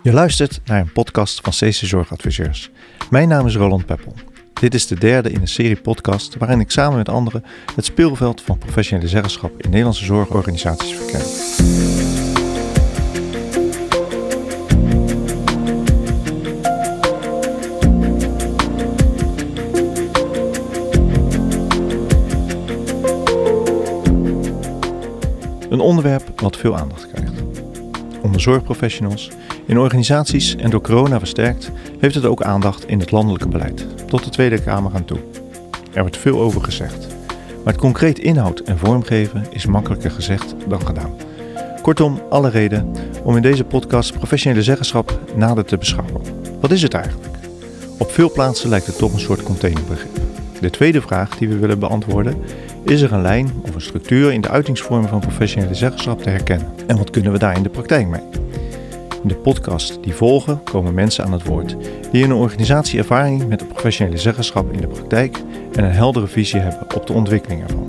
Je luistert naar een podcast van CC Zorgadviseurs. Mijn naam is Roland Peppel. Dit is de derde in een serie podcast waarin ik samen met anderen het speelveld van professionele zeggenschap in Nederlandse zorgorganisaties verken. Een onderwerp wat veel aandacht krijgt. Onder zorgprofessionals, in organisaties en door corona versterkt, heeft het ook aandacht in het landelijke beleid, tot de Tweede Kamer aan toe. Er wordt veel over gezegd, maar het concreet inhoud en vormgeven is makkelijker gezegd dan gedaan. Kortom, alle reden om in deze podcast professionele zeggenschap nader te beschouwen. Wat is het eigenlijk? Op veel plaatsen lijkt het toch een soort containerbegrip. De tweede vraag die we willen beantwoorden: is er een lijn of een structuur in de uitingsvormen van professionele zeggenschap te herkennen? En wat kunnen we daar in de praktijk mee? In de podcast die volgen komen mensen aan het woord die in een organisatie ervaring met de professionele zeggenschap in de praktijk en een heldere visie hebben op de ontwikkeling ervan.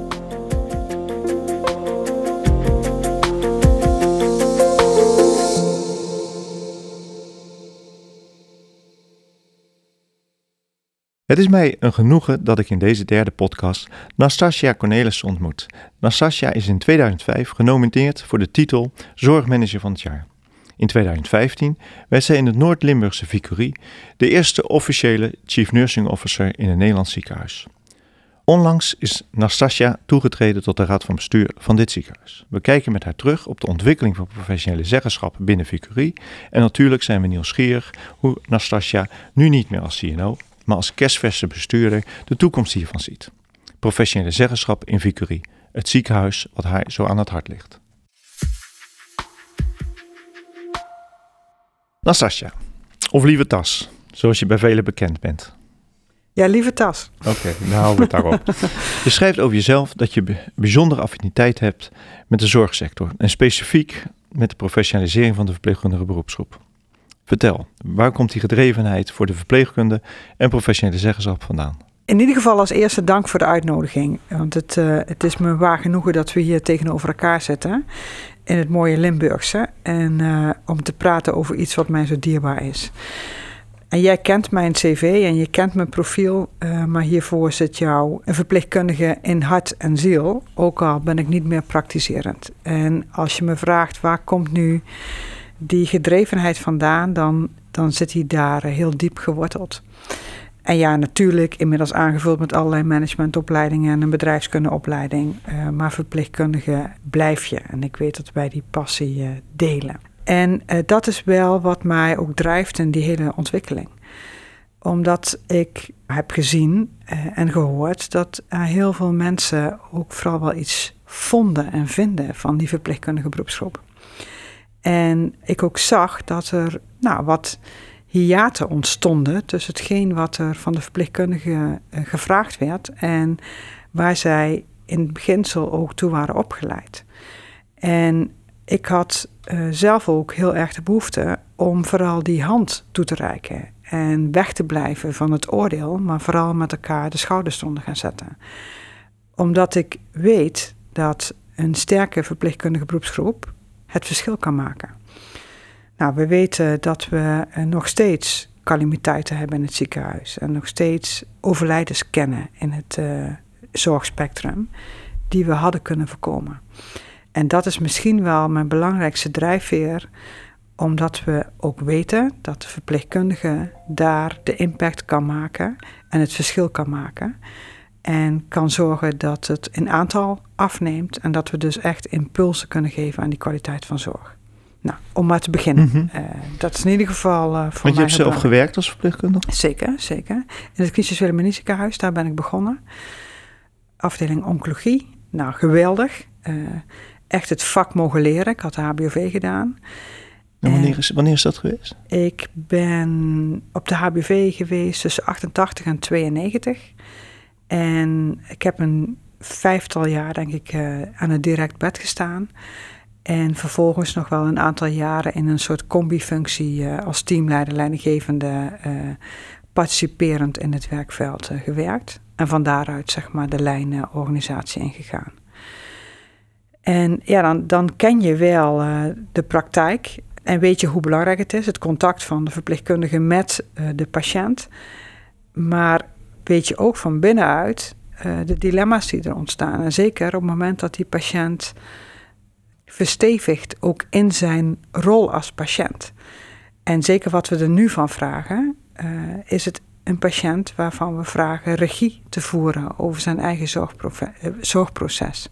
Het is mij een genoegen dat ik in deze derde podcast Nastasia Cornelissen ontmoet. Nastasia is in 2005 genomineerd voor de titel Zorgmanager van het jaar. In 2015 werd zij in het Noord-Limburgse Vicurie de eerste officiële Chief Nursing Officer in een Nederlands ziekenhuis. Onlangs is Nastasia toegetreden tot de raad van bestuur van dit ziekenhuis. We kijken met haar terug op de ontwikkeling van professionele zeggenschap binnen Vicurie en natuurlijk zijn we nieuwsgierig hoe Nastasia nu niet meer als CNO, maar als kerstverse bestuurder de toekomst hiervan ziet. Professionele zeggenschap in Vicurie, het ziekenhuis wat haar zo aan het hart ligt. Nastasia, of lieve Tas, zoals je bij velen bekend bent. Ja, lieve Tas. Oké, nou houden we het daarop. Je schrijft over jezelf dat je bijzondere affiniteit hebt met de zorgsector en specifiek met de professionalisering van de verpleegkundige beroepsgroep. Vertel, waar komt die gedrevenheid voor de verpleegkunde en professionele zeggenschap vandaan? In ieder geval als eerste dank voor de uitnodiging. Want het is me waar genoegen dat we hier tegenover elkaar zitten in het mooie Limburgse. En om te praten over iets wat mij zo dierbaar is. En jij kent mijn cv en je kent mijn profiel. Maar hiervoor zit jou een verpleegkundige in hart en ziel. Ook al ben ik niet meer praktiserend. En als je me vraagt waar komt nu die gedrevenheid vandaan, dan zit hij daar heel diep geworteld. En ja, natuurlijk inmiddels aangevuld met allerlei managementopleidingen en een bedrijfskundeopleiding. Maar verpleegkundige blijf je. En ik weet dat wij die passie delen. En dat is wel wat mij ook drijft in die hele ontwikkeling. Omdat ik heb gezien en gehoord dat heel veel mensen ook vooral wel iets vonden en vinden van die verpleegkundige beroepsgroep. En ik ook zag dat er wat hiaten ontstonden tussen hetgeen wat er van de verpleegkundigen gevraagd werd en waar zij in het beginsel ook toe waren opgeleid. En ik had zelf ook heel erg de behoefte om vooral die hand toe te reiken en weg te blijven van het oordeel, maar vooral met elkaar de schouders eronder gaan zetten. Omdat ik weet dat een sterke verpleegkundige beroepsgroep het verschil kan maken. Nou, we weten dat we nog steeds calamiteiten hebben in het ziekenhuis en nog steeds overlijdens kennen in het zorgspectrum die we hadden kunnen voorkomen. En dat is misschien wel mijn belangrijkste drijfveer, omdat we ook weten dat de verpleegkundige daar de impact kan maken en het verschil kan maken. En kan zorgen dat het in aantal afneemt en dat we dus echt impulsen kunnen geven aan die kwaliteit van zorg. Nou, om maar te beginnen. Mm-hmm. Dat is in ieder geval voor mij. Want je hebt zelf gewerkt als verpleegkundige? Zeker. In het Christus Wilhelmina ziekenhuis, daar ben ik begonnen. Afdeling oncologie. Nou, geweldig. Echt het vak mogen leren. Ik had de HBOV gedaan. En wanneer is dat geweest? Ik ben op de HBOV geweest tussen 88 en 92. En ik heb een 5-tal jaar, denk ik, aan het direct bed gestaan. En vervolgens nog wel een aantal jaren in een soort combifunctie als teamleider, leidinggevende, participerend in het werkveld gewerkt. En van daaruit zeg maar de lijnorganisatie ingegaan. En ja, dan ken je wel de praktijk. En weet je hoe belangrijk het is, het contact van de verpleegkundige met de patiënt. Maar weet je ook van binnenuit de dilemma's die er ontstaan. En zeker op het moment dat die patiënt verstevigt ook in zijn rol als patiënt. En zeker wat we er nu van vragen, is het een patiënt waarvan we vragen regie te voeren over zijn eigen zorgproces.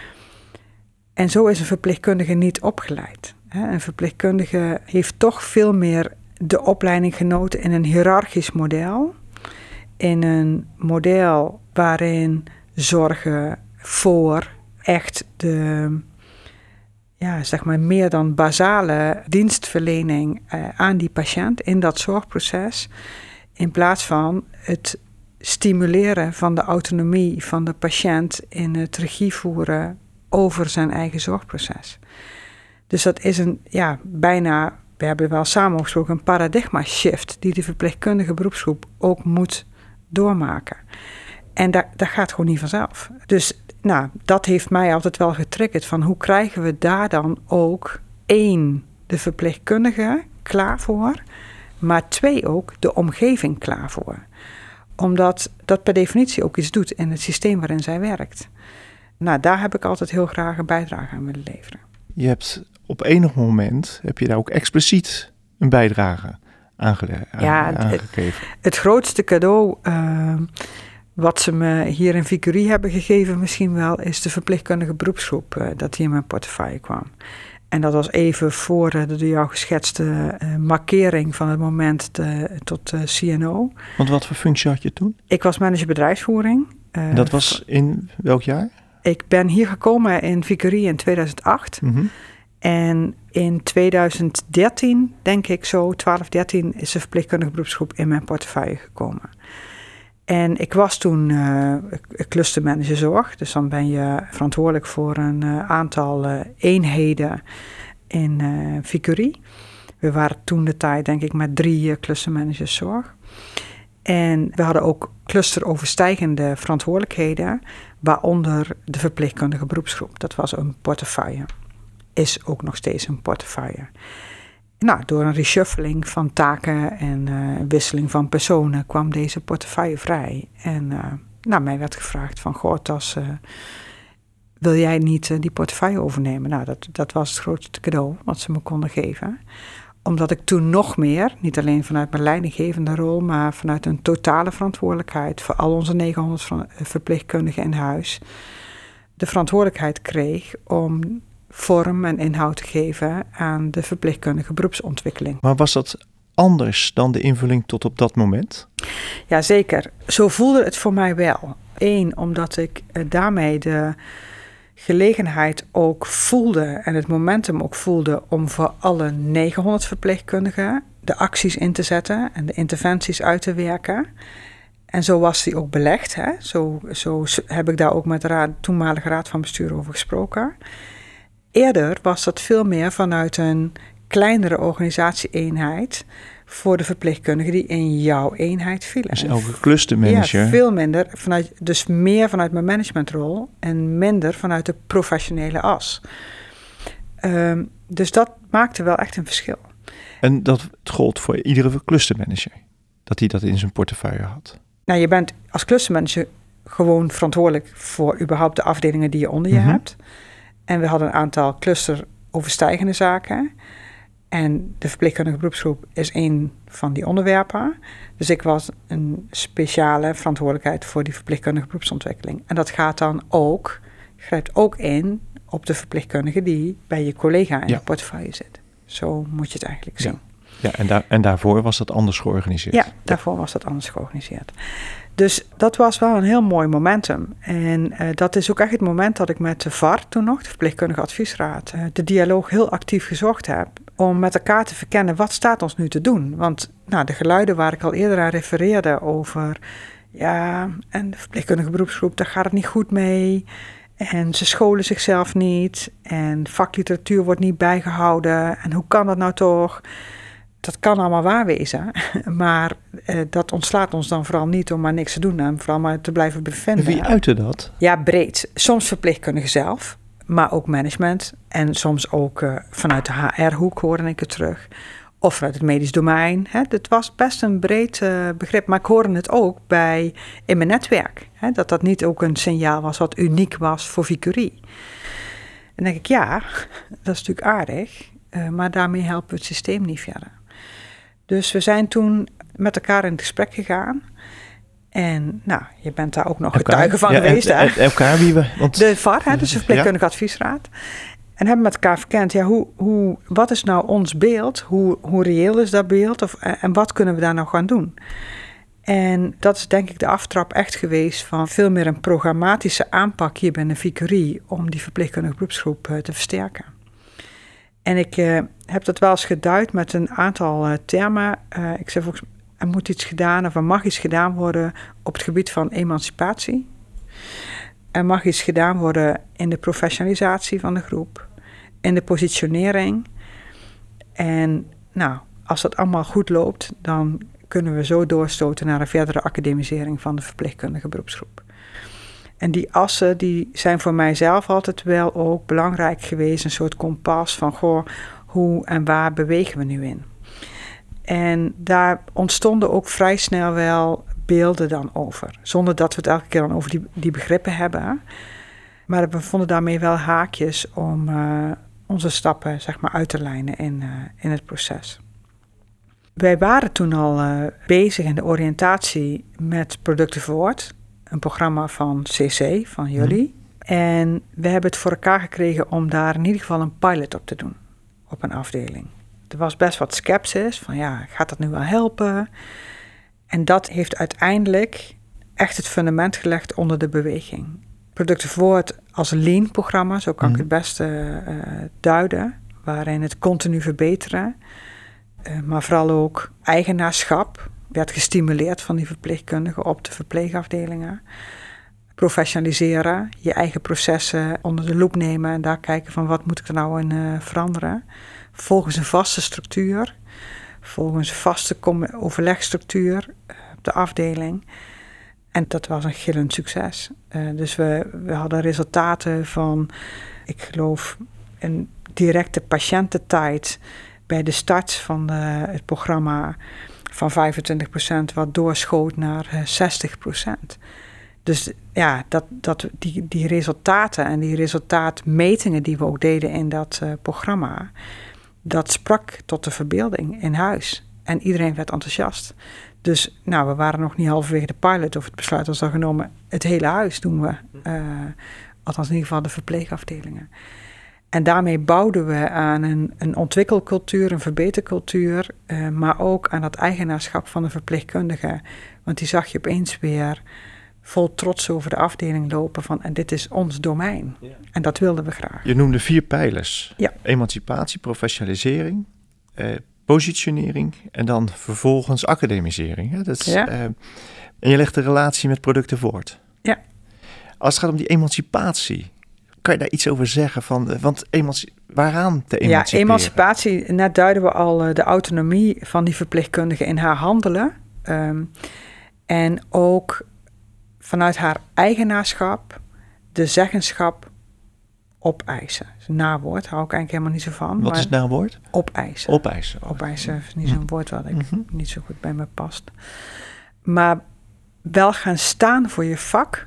En zo is een verpleegkundige niet opgeleid. Een verpleegkundige heeft toch veel meer de opleiding genoten in een hiërarchisch model. In een model waarin zorgen voor echt de, zeg maar meer dan basale dienstverlening aan die patiënt in dat zorgproces. In plaats van het stimuleren van de autonomie van de patiënt in het regie voeren over zijn eigen zorgproces. Dus dat is bijna, we hebben wel samen gesproken, een paradigma shift die de verpleegkundige beroepsgroep ook moet doormaken. En dat gaat gewoon niet vanzelf. Dus dat heeft mij altijd wel getriggerd van hoe krijgen we daar dan ook 1, de verpleegkundige klaar voor, maar 2 ook de omgeving klaar voor. Omdat dat per definitie ook iets doet in het systeem waarin zij werkt. Daar heb ik altijd heel graag een bijdrage aan willen leveren. Je hebt op enig moment, heb je daar ook expliciet een bijdrage aangegeven. Het grootste cadeau wat ze me hier in Vicurie hebben gegeven misschien wel, is de verpleegkundige beroepsgroep dat die in mijn portefeuille kwam. En dat was even voor de door jou geschetste markering van het moment tot CNO. Want wat voor functie had je toen? Ik was manager bedrijfsvoering. Dat was in welk jaar? Ik ben hier gekomen in Vicurie in 2008. Mm-hmm. En in 2013, denk ik zo, 12, 13, is de verpleegkundige beroepsgroep in mijn portefeuille gekomen. En ik was toen clustermanager zorg. Dus dan ben je verantwoordelijk voor een aantal eenheden in Vicurie. We waren toen de tijd, denk ik, met 3 clustermanagers zorg. En we hadden ook clusteroverstijgende verantwoordelijkheden, waaronder de verpleegkundige beroepsgroep. Dat was een portefeuille. Is ook nog steeds een portefeuille. Door een reshuffling van taken en wisseling van personen kwam deze portefeuille vrij. En mij werd gevraagd van, wil jij niet die portefeuille overnemen? Dat was het grootste cadeau wat ze me konden geven. Omdat ik toen nog meer, niet alleen vanuit mijn leidinggevende rol, maar vanuit een totale verantwoordelijkheid voor al onze 900 verpleegkundigen in huis, de verantwoordelijkheid kreeg om vorm en inhoud te geven aan de verpleegkundige beroepsontwikkeling. Maar was dat anders dan de invulling tot op dat moment? Ja, zeker. Zo voelde het voor mij wel. 1, omdat ik daarmee de gelegenheid ook voelde en het momentum ook voelde om voor alle 900 verpleegkundigen de acties in te zetten en de interventies uit te werken. En zo was die ook belegd. Hè? Zo heb ik daar ook met de toenmalige raad van bestuur over gesproken. Eerder was dat veel meer vanuit een kleinere organisatie-eenheid voor de verpleegkundigen die in jouw eenheid vielen. Dus elke clustermanager. Ja, veel minder. Dus meer vanuit mijn managementrol en minder vanuit de professionele as. Dus dat maakte wel echt een verschil. En dat gold voor iedere clustermanager? Dat hij dat in zijn portefeuille had? Je bent als clustermanager gewoon verantwoordelijk voor überhaupt de afdelingen die je onder je hebt. En we hadden een aantal clusteroverstijgende zaken. En de verpleegkundige beroepsgroep is 1 van die onderwerpen. Dus ik was een speciale verantwoordelijkheid voor die verpleegkundige beroepsontwikkeling. En dat grijpt ook in op de verpleegkundige die bij je collega in de portefeuille zit. Zo moet je het eigenlijk zien. Ja, en daarvoor was dat anders georganiseerd? Ja, daarvoor was dat anders georganiseerd. Dus dat was wel een heel mooi momentum. En dat is ook echt het moment dat ik met de VAR toen nog, de Verpleegkundige Adviesraad, de dialoog heel actief gezocht heb om met elkaar te verkennen wat staat ons nu te doen. Want de geluiden waar ik al eerder aan refereerde over, en de verpleegkundige beroepsgroep, daar gaat het niet goed mee. En ze scholen zichzelf niet. En vakliteratuur wordt niet bijgehouden. En hoe kan dat nou toch? Dat kan allemaal waar wezen, maar dat ontslaat ons dan vooral niet om maar niks te doen en vooral maar te blijven bevinden. En wie uitte dat? Ja, breed. Soms verpleegkundigen zelf, maar ook management. En soms ook vanuit de HR-hoek hoorde ik het terug. Of vanuit het medisch domein. Het was best een breed begrip. Maar ik hoorde het ook in mijn netwerk. Dat dat niet ook een signaal was wat uniek was voor Vicurie. Dan denk ik, ja, dat is natuurlijk aardig. Maar daarmee helpen we het systeem niet verder. Dus we zijn toen met elkaar in het gesprek gegaan. En nou, je bent daar ook nog getuige van geweest. Elkaar wie we... Want... De VAR, dus de Verpleegkundige Adviesraad. En hebben met elkaar verkend, wat is nou ons beeld? Hoe reëel is dat beeld? En wat kunnen we daar nou gaan doen? En dat is denk ik de aftrap echt geweest van veel meer een programmatische aanpak hier binnen Vicurie om die verpleegkundige beroepsgroep te versterken. En ik heb dat wel eens geduid met een aantal termen. Ik zei volgens mij, er moet iets gedaan of er mag iets gedaan worden op het gebied van emancipatie. Er mag iets gedaan worden in de professionalisatie van de groep, in de positionering. En nou, als dat allemaal goed loopt, dan kunnen we zo doorstoten naar een verdere academisering van de verpleegkundige beroepsgroep. En die assen die zijn voor mijzelf altijd wel ook belangrijk geweest. Een soort kompas van, hoe en waar bewegen we nu in? En daar ontstonden ook vrij snel wel beelden dan over. Zonder dat we het elke keer dan over die begrippen hebben. Maar we vonden daarmee wel haakjes om onze stappen zeg maar uit te lijnen in het proces. Wij waren toen al bezig in de oriëntatie met Producten Verwoord. Een programma van CC, van jullie. En we hebben het voor elkaar gekregen om daar in ieder geval een pilot op te doen. Op een afdeling. Er was best wat sceptisch van gaat dat nu wel helpen? En dat heeft uiteindelijk echt het fundament gelegd onder de beweging. Producten Verwoord als lean-programma, zo kan ik het beste duiden. Waarin het continu verbeteren, maar vooral ook eigenaarschap werd gestimuleerd van die verpleegkundigen op de verpleegafdelingen. Professionaliseren, je eigen processen onder de loep nemen en daar kijken van wat moet ik er nou in veranderen. Volgens een vaste structuur, volgens een vaste overlegstructuur op de afdeling. En dat was een gillend succes. Dus we hadden resultaten van, ik geloof, een directe patiëntentijd bij de start van het programma van 25% wat doorschoot naar 60%. Dus ja, die resultaten en die resultaatmetingen die we ook deden in dat programma, dat sprak tot de verbeelding in huis. En iedereen werd enthousiast. Dus nou, we waren nog niet halverwege de pilot of het besluit was al genomen. Het hele huis doen we, althans in ieder geval de verpleegafdelingen. En daarmee bouwden we aan een ontwikkelcultuur, een verbetercultuur, maar ook aan dat eigenaarschap van de verpleegkundige. Want die zag je opeens weer vol trots over de afdeling lopen van en dit is ons domein. Ja. En dat wilden we graag. Je noemde 4 pijlers. Ja. Emancipatie, professionalisering, positionering en dan vervolgens academisering. Hè? Dat is, en je legt de relatie met Producten Verwoord. Ja. Als het gaat om die emancipatie, kan je daar iets over zeggen? Want waaraan te emanciperen? Ja, emancipatie, net duiden we al de autonomie van die verpleegkundige in haar handelen. En ook vanuit haar eigenaarschap de zeggenschap opeisen. Dat is een nawoord, hou ik eigenlijk helemaal niet zo van. Wat is het nawoord? Opeisen. Opeisen. Opeisen is niet zo'n woord wat niet zo goed bij me past. Maar wel gaan staan voor je vak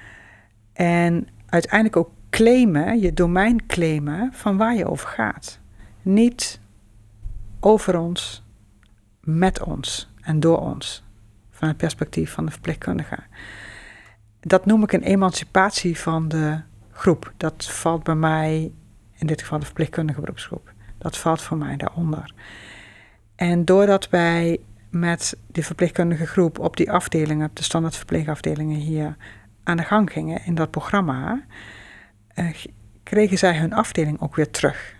en uiteindelijk ook claimen, je domein claimen van waar je over gaat. Niet over ons, met ons en door ons. Van het perspectief van de verpleegkundige. Dat noem ik een emancipatie van de groep. Dat valt bij mij, in dit geval de verpleegkundige beroepsgroep. Dat valt voor mij daaronder. En doordat wij met de verpleegkundige groep op die afdelingen, op de standaard verpleegafdelingen hier aan de gang gingen in dat programma, kregen zij hun afdeling ook weer terug.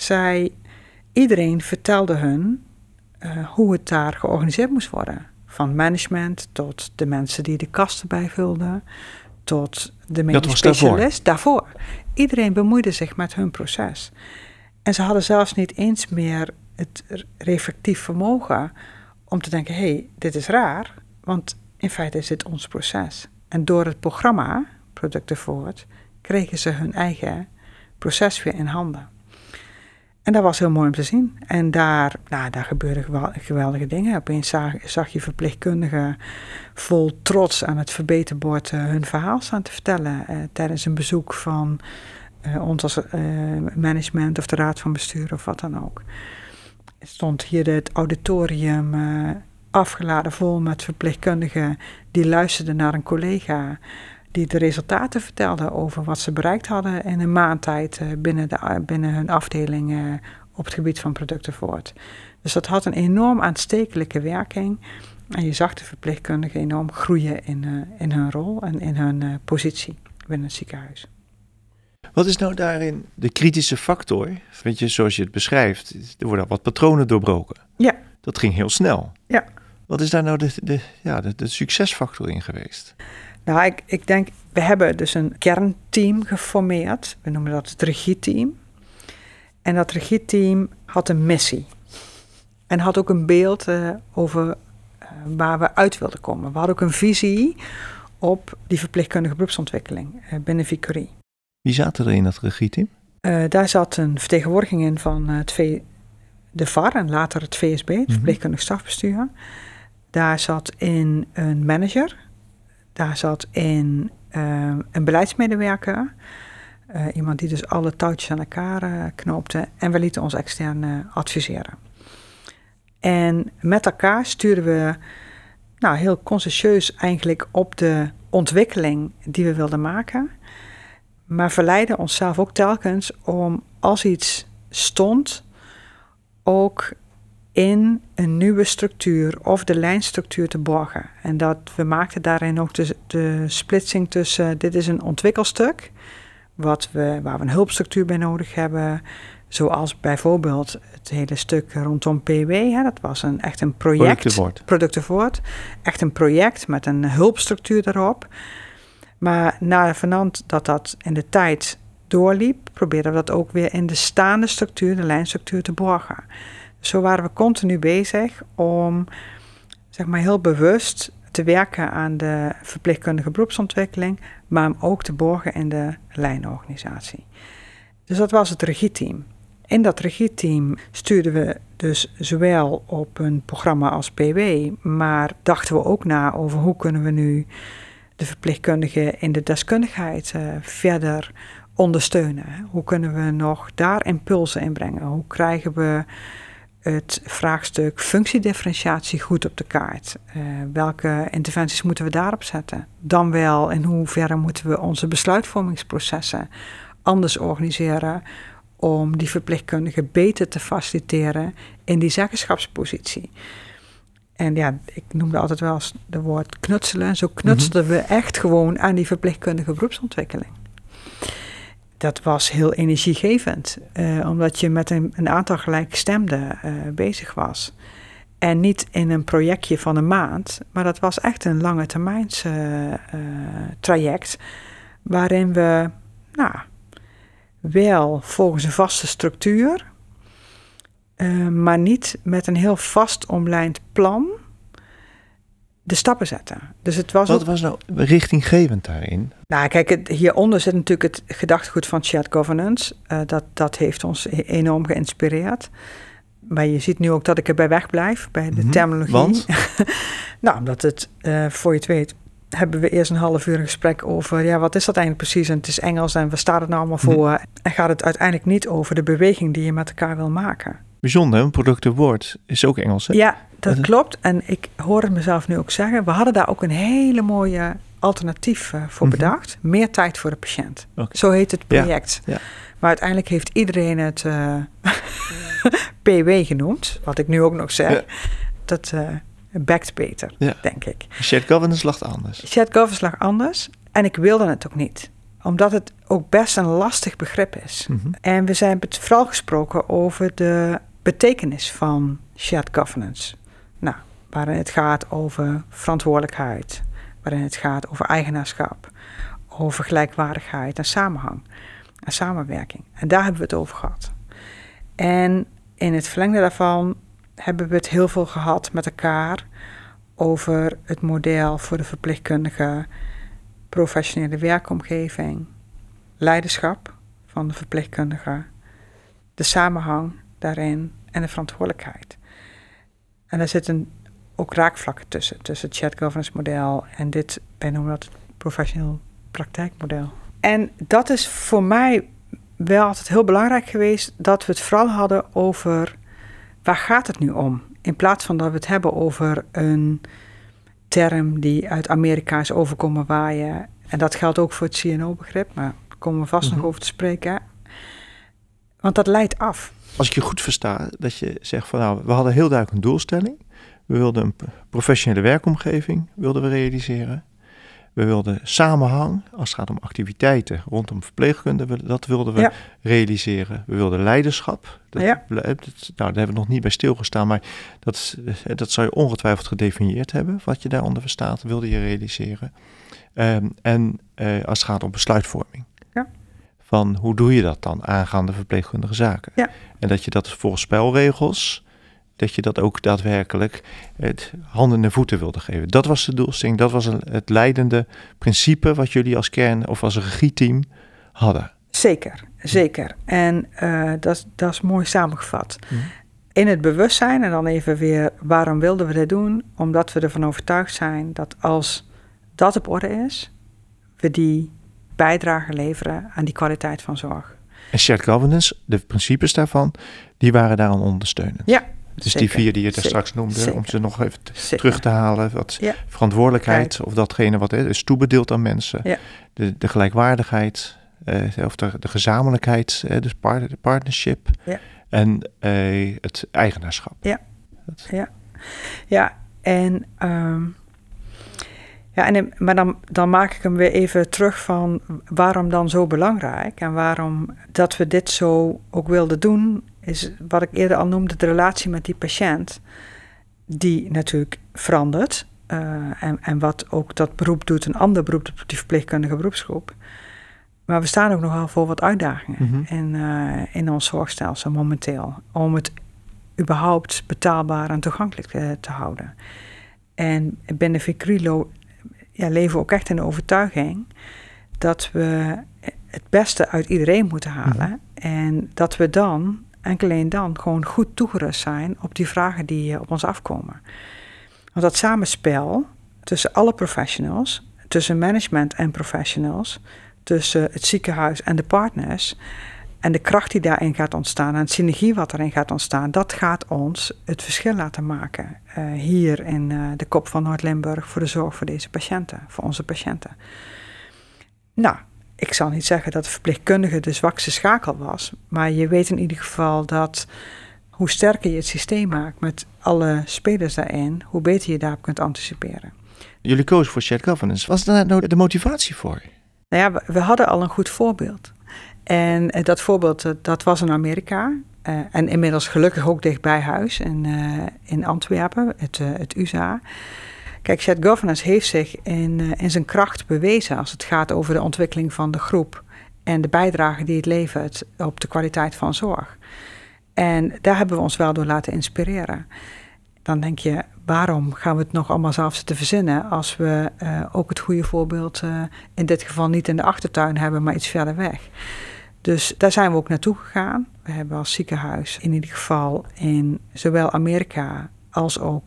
Iedereen vertelde hun hoe het daar georganiseerd moest worden. Van management tot de mensen die de kasten bijvulden, tot de medisch specialist. Daarvoor. Iedereen bemoeide zich met hun proces. En ze hadden zelfs niet eens meer het reflectief vermogen om te denken, dit is raar, want in feite is dit ons proces. En door het programma, Producten Verwoord, kregen ze hun eigen proces weer in handen. En dat was heel mooi om te zien. En daar gebeurden geweldige dingen. Opeens zag je verpleegkundigen vol trots aan het verbeterbord hun verhaal staan te vertellen. Tijdens een bezoek van ons als management of de raad van bestuur of wat dan ook. Het stond hier het auditorium afgeladen vol met verpleegkundigen die luisterden naar een collega die de resultaten vertelde over wat ze bereikt hadden in een maand tijd binnen hun afdeling op het gebied van productenvoort. Dus dat had een enorm aanstekelijke werking. En je zag de verpleegkundigen enorm groeien in hun rol en in hun positie binnen het ziekenhuis. Wat is nou daarin de kritische factor? Weet je, zoals je het beschrijft, er worden wat patronen doorbroken. Ja. Dat ging heel snel. Ja. Wat is daar nou de succesfactor in geweest? Nou, ik denk, we hebben dus een kernteam geformeerd. We noemen dat het regieteam. En dat regieteam had een missie. En had ook een beeld over waar we uit wilden komen. We hadden ook een visie op die verpleegkundige beroepsontwikkeling binnen Vicurie. Wie zaten er in dat regieteam? Daar zat een vertegenwoordiging in van de VAR en later het VSB, het verpleegkundig stafbestuur. Daar zat in een manager. Daar zat in een beleidsmedewerker. Iemand die dus alle touwtjes aan elkaar knoopte. En we lieten ons extern adviseren. En met elkaar stuurden we heel consciëntieus eigenlijk op de ontwikkeling die we wilden maken. Maar verleiden onszelf ook telkens om als iets stond ook in een nieuwe structuur of de lijnstructuur te borgen. En dat we maakten daarin ook de splitsing tussen dit is een ontwikkelstuk waar we een hulpstructuur bij nodig hebben. Zoals bijvoorbeeld het hele stuk rondom PW. Dat was echt een project. Productenvoort. Echt een project met een hulpstructuur erop. Maar navenant dat in de tijd doorliep, probeerden we dat ook weer in de staande structuur, de lijnstructuur, te borgen. Zo waren we continu bezig om heel bewust te werken aan de verpleegkundige beroepsontwikkeling, maar hem ook te borgen in de lijnorganisatie. Dus dat was het regieteam. In dat regieteam stuurden we dus zowel op een programma als PW, maar dachten we ook na over hoe kunnen we nu de verpleegkundigen in de deskundigheid verder ondersteunen. Hoe kunnen we nog daar impulsen in brengen? Hoe krijgen we het vraagstuk functiedifferentiatie goed op de kaart? Welke interventies moeten we daarop zetten? Dan wel, in hoeverre moeten we onze besluitvormingsprocessen anders organiseren om die verpleegkundigen beter te faciliteren in die zeggenschapspositie? En ik noemde altijd wel eens het woord knutselen. Zo knutselden we echt gewoon aan die verpleegkundige beroepsontwikkeling. Dat was heel energiegevend, omdat je met een aantal gelijkgestemden bezig was. En niet in een projectje van een maand, maar dat was echt een lange termijns traject, waarin we wel volgens een vaste structuur, maar niet met een heel vast omlijnd plan de stappen zetten. Dus het was Wat was nou richtinggevend daarin? Nou, kijk, hieronder zit natuurlijk het gedachtegoed van shared governance. Dat heeft ons enorm geïnspireerd. Maar je ziet nu ook dat ik erbij wegblijf, bij de terminologie. Want? Omdat het, voor je het weet, hebben we eerst een half uur een gesprek over, wat is dat eigenlijk precies? En het is Engels en we staan het nou allemaal voor. En gaat het uiteindelijk niet over de beweging die je met elkaar wil maken. Bijzonder, een productenwoord is ook Engels, hè? Ja, dat klopt. En ik hoor het mezelf nu ook zeggen. We hadden daar ook een hele mooie alternatief voor bedacht. Meer tijd voor de patiënt. Okay. Zo heet het project. Ja. Maar uiteindelijk heeft iedereen het PW genoemd. Wat ik nu ook nog zeg. Ja. Dat backt beter, denk ik. Shared governance lag anders. Shared governance lag anders. En ik wilde het ook niet. Omdat het ook best een lastig begrip is. En we zijn vooral gesproken over de betekenis van shared governance. Nou, waarin het gaat over verantwoordelijkheid. Waarin het gaat over eigenaarschap. Over gelijkwaardigheid en samenhang. En samenwerking. En daar hebben we het over gehad. En in het verlengde daarvan hebben we het heel veel gehad met elkaar over het model voor de verpleegkundige professionele werkomgeving, leiderschap van de verpleegkundige, de samenhang daarin en de verantwoordelijkheid. En daar zitten ook raakvlakken tussen het shared governance model en dit, wij noemen dat het professioneel praktijkmodel. En dat is voor mij wel altijd heel belangrijk geweest, dat we het vooral hadden over waar gaat het nu om? In plaats van dat we het hebben over een term die uit Amerika is overkomen waaien. En dat geldt ook voor het CNO-begrip, maar daar komen we vast nog over te spreken. Want dat leidt af. Als ik je goed versta, dat je zegt van nou, we hadden heel duidelijk een doelstelling. We wilden een professionele werkomgeving wilden we realiseren. We wilden samenhang, als het gaat om activiteiten rondom verpleegkunde, dat wilden we realiseren. We wilden leiderschap. Daar hebben we nog niet bij stilgestaan, maar dat zou je ongetwijfeld gedefinieerd hebben, wat je daaronder verstaat, wilde je realiseren. En als het gaat om besluitvorming. Ja. Van hoe doe je dat dan aangaande verpleegkundige zaken? Ja. En dat je dat volgens spelregels, dat je dat ook daadwerkelijk het handen en voeten wilde geven. Dat was de doelstelling, dat was het leidende principe wat jullie als kern of als regieteam hadden. Zeker. En dat is mooi samengevat. In het bewustzijn, en dan even weer, waarom wilden we dit doen? Omdat we ervan overtuigd zijn dat als dat op orde is, we die bijdrage leveren aan die kwaliteit van zorg. En shared governance, de principes daarvan, die waren daaraan ondersteunend. Ja. Dus zeker, die 4 die je er straks noemde, om ze nog even terug te halen. Wat verantwoordelijkheid, of datgene wat is toebedeeld aan mensen. Ja. De gelijkwaardigheid, of de gezamenlijkheid, dus de partnership. Ja. En het eigenaarschap. Maar dan maak ik hem weer even terug van waarom dan zo belangrijk. En waarom dat we dit zo ook wilden doen, is wat ik eerder al noemde, de relatie met die patiënt, die natuurlijk verandert. En wat ook dat beroep doet, een ander beroep doet, die verpleegkundige beroepsgroep. Maar we staan ook nogal voor wat uitdagingen in ons zorgstelsel momenteel. Om het überhaupt betaalbaar en toegankelijk te houden. En binnen Vicrilo leven we ook echt in de overtuiging dat we het beste uit iedereen moeten halen. En dat we dan, enkel alleen dan, gewoon goed toegerust zijn op die vragen die op ons afkomen. Want dat samenspel tussen alle professionals, tussen management en professionals, tussen het ziekenhuis en de partners, en de kracht die daarin gaat ontstaan en de synergie wat erin gaat ontstaan, dat gaat ons het verschil laten maken. Hier in de kop van Noord-Limburg voor de zorg voor deze patiënten, voor onze patiënten. Nou, ik zal niet zeggen dat de verpleegkundige de zwakste schakel was, maar je weet in ieder geval dat hoe sterker je het systeem maakt met alle spelers daarin, hoe beter je daarop kunt anticiperen. Jullie kozen voor shared governance. Was daar nou de motivatie voor? Nou ja, we hadden al een goed voorbeeld. En dat voorbeeld, dat was in Amerika. En inmiddels gelukkig ook dicht bij huis in Antwerpen, het USA. Kijk, shared governance heeft zich in zijn kracht bewezen als het gaat over de ontwikkeling van de groep en de bijdrage die het levert op de kwaliteit van zorg. En daar hebben we ons wel door laten inspireren. Dan denk je, waarom gaan we het nog allemaal zelf zitten verzinnen als we ook het goede voorbeeld in dit geval niet in de achtertuin hebben, maar iets verder weg. Dus daar zijn we ook naartoe gegaan. We hebben als ziekenhuis in ieder geval in zowel Amerika als ook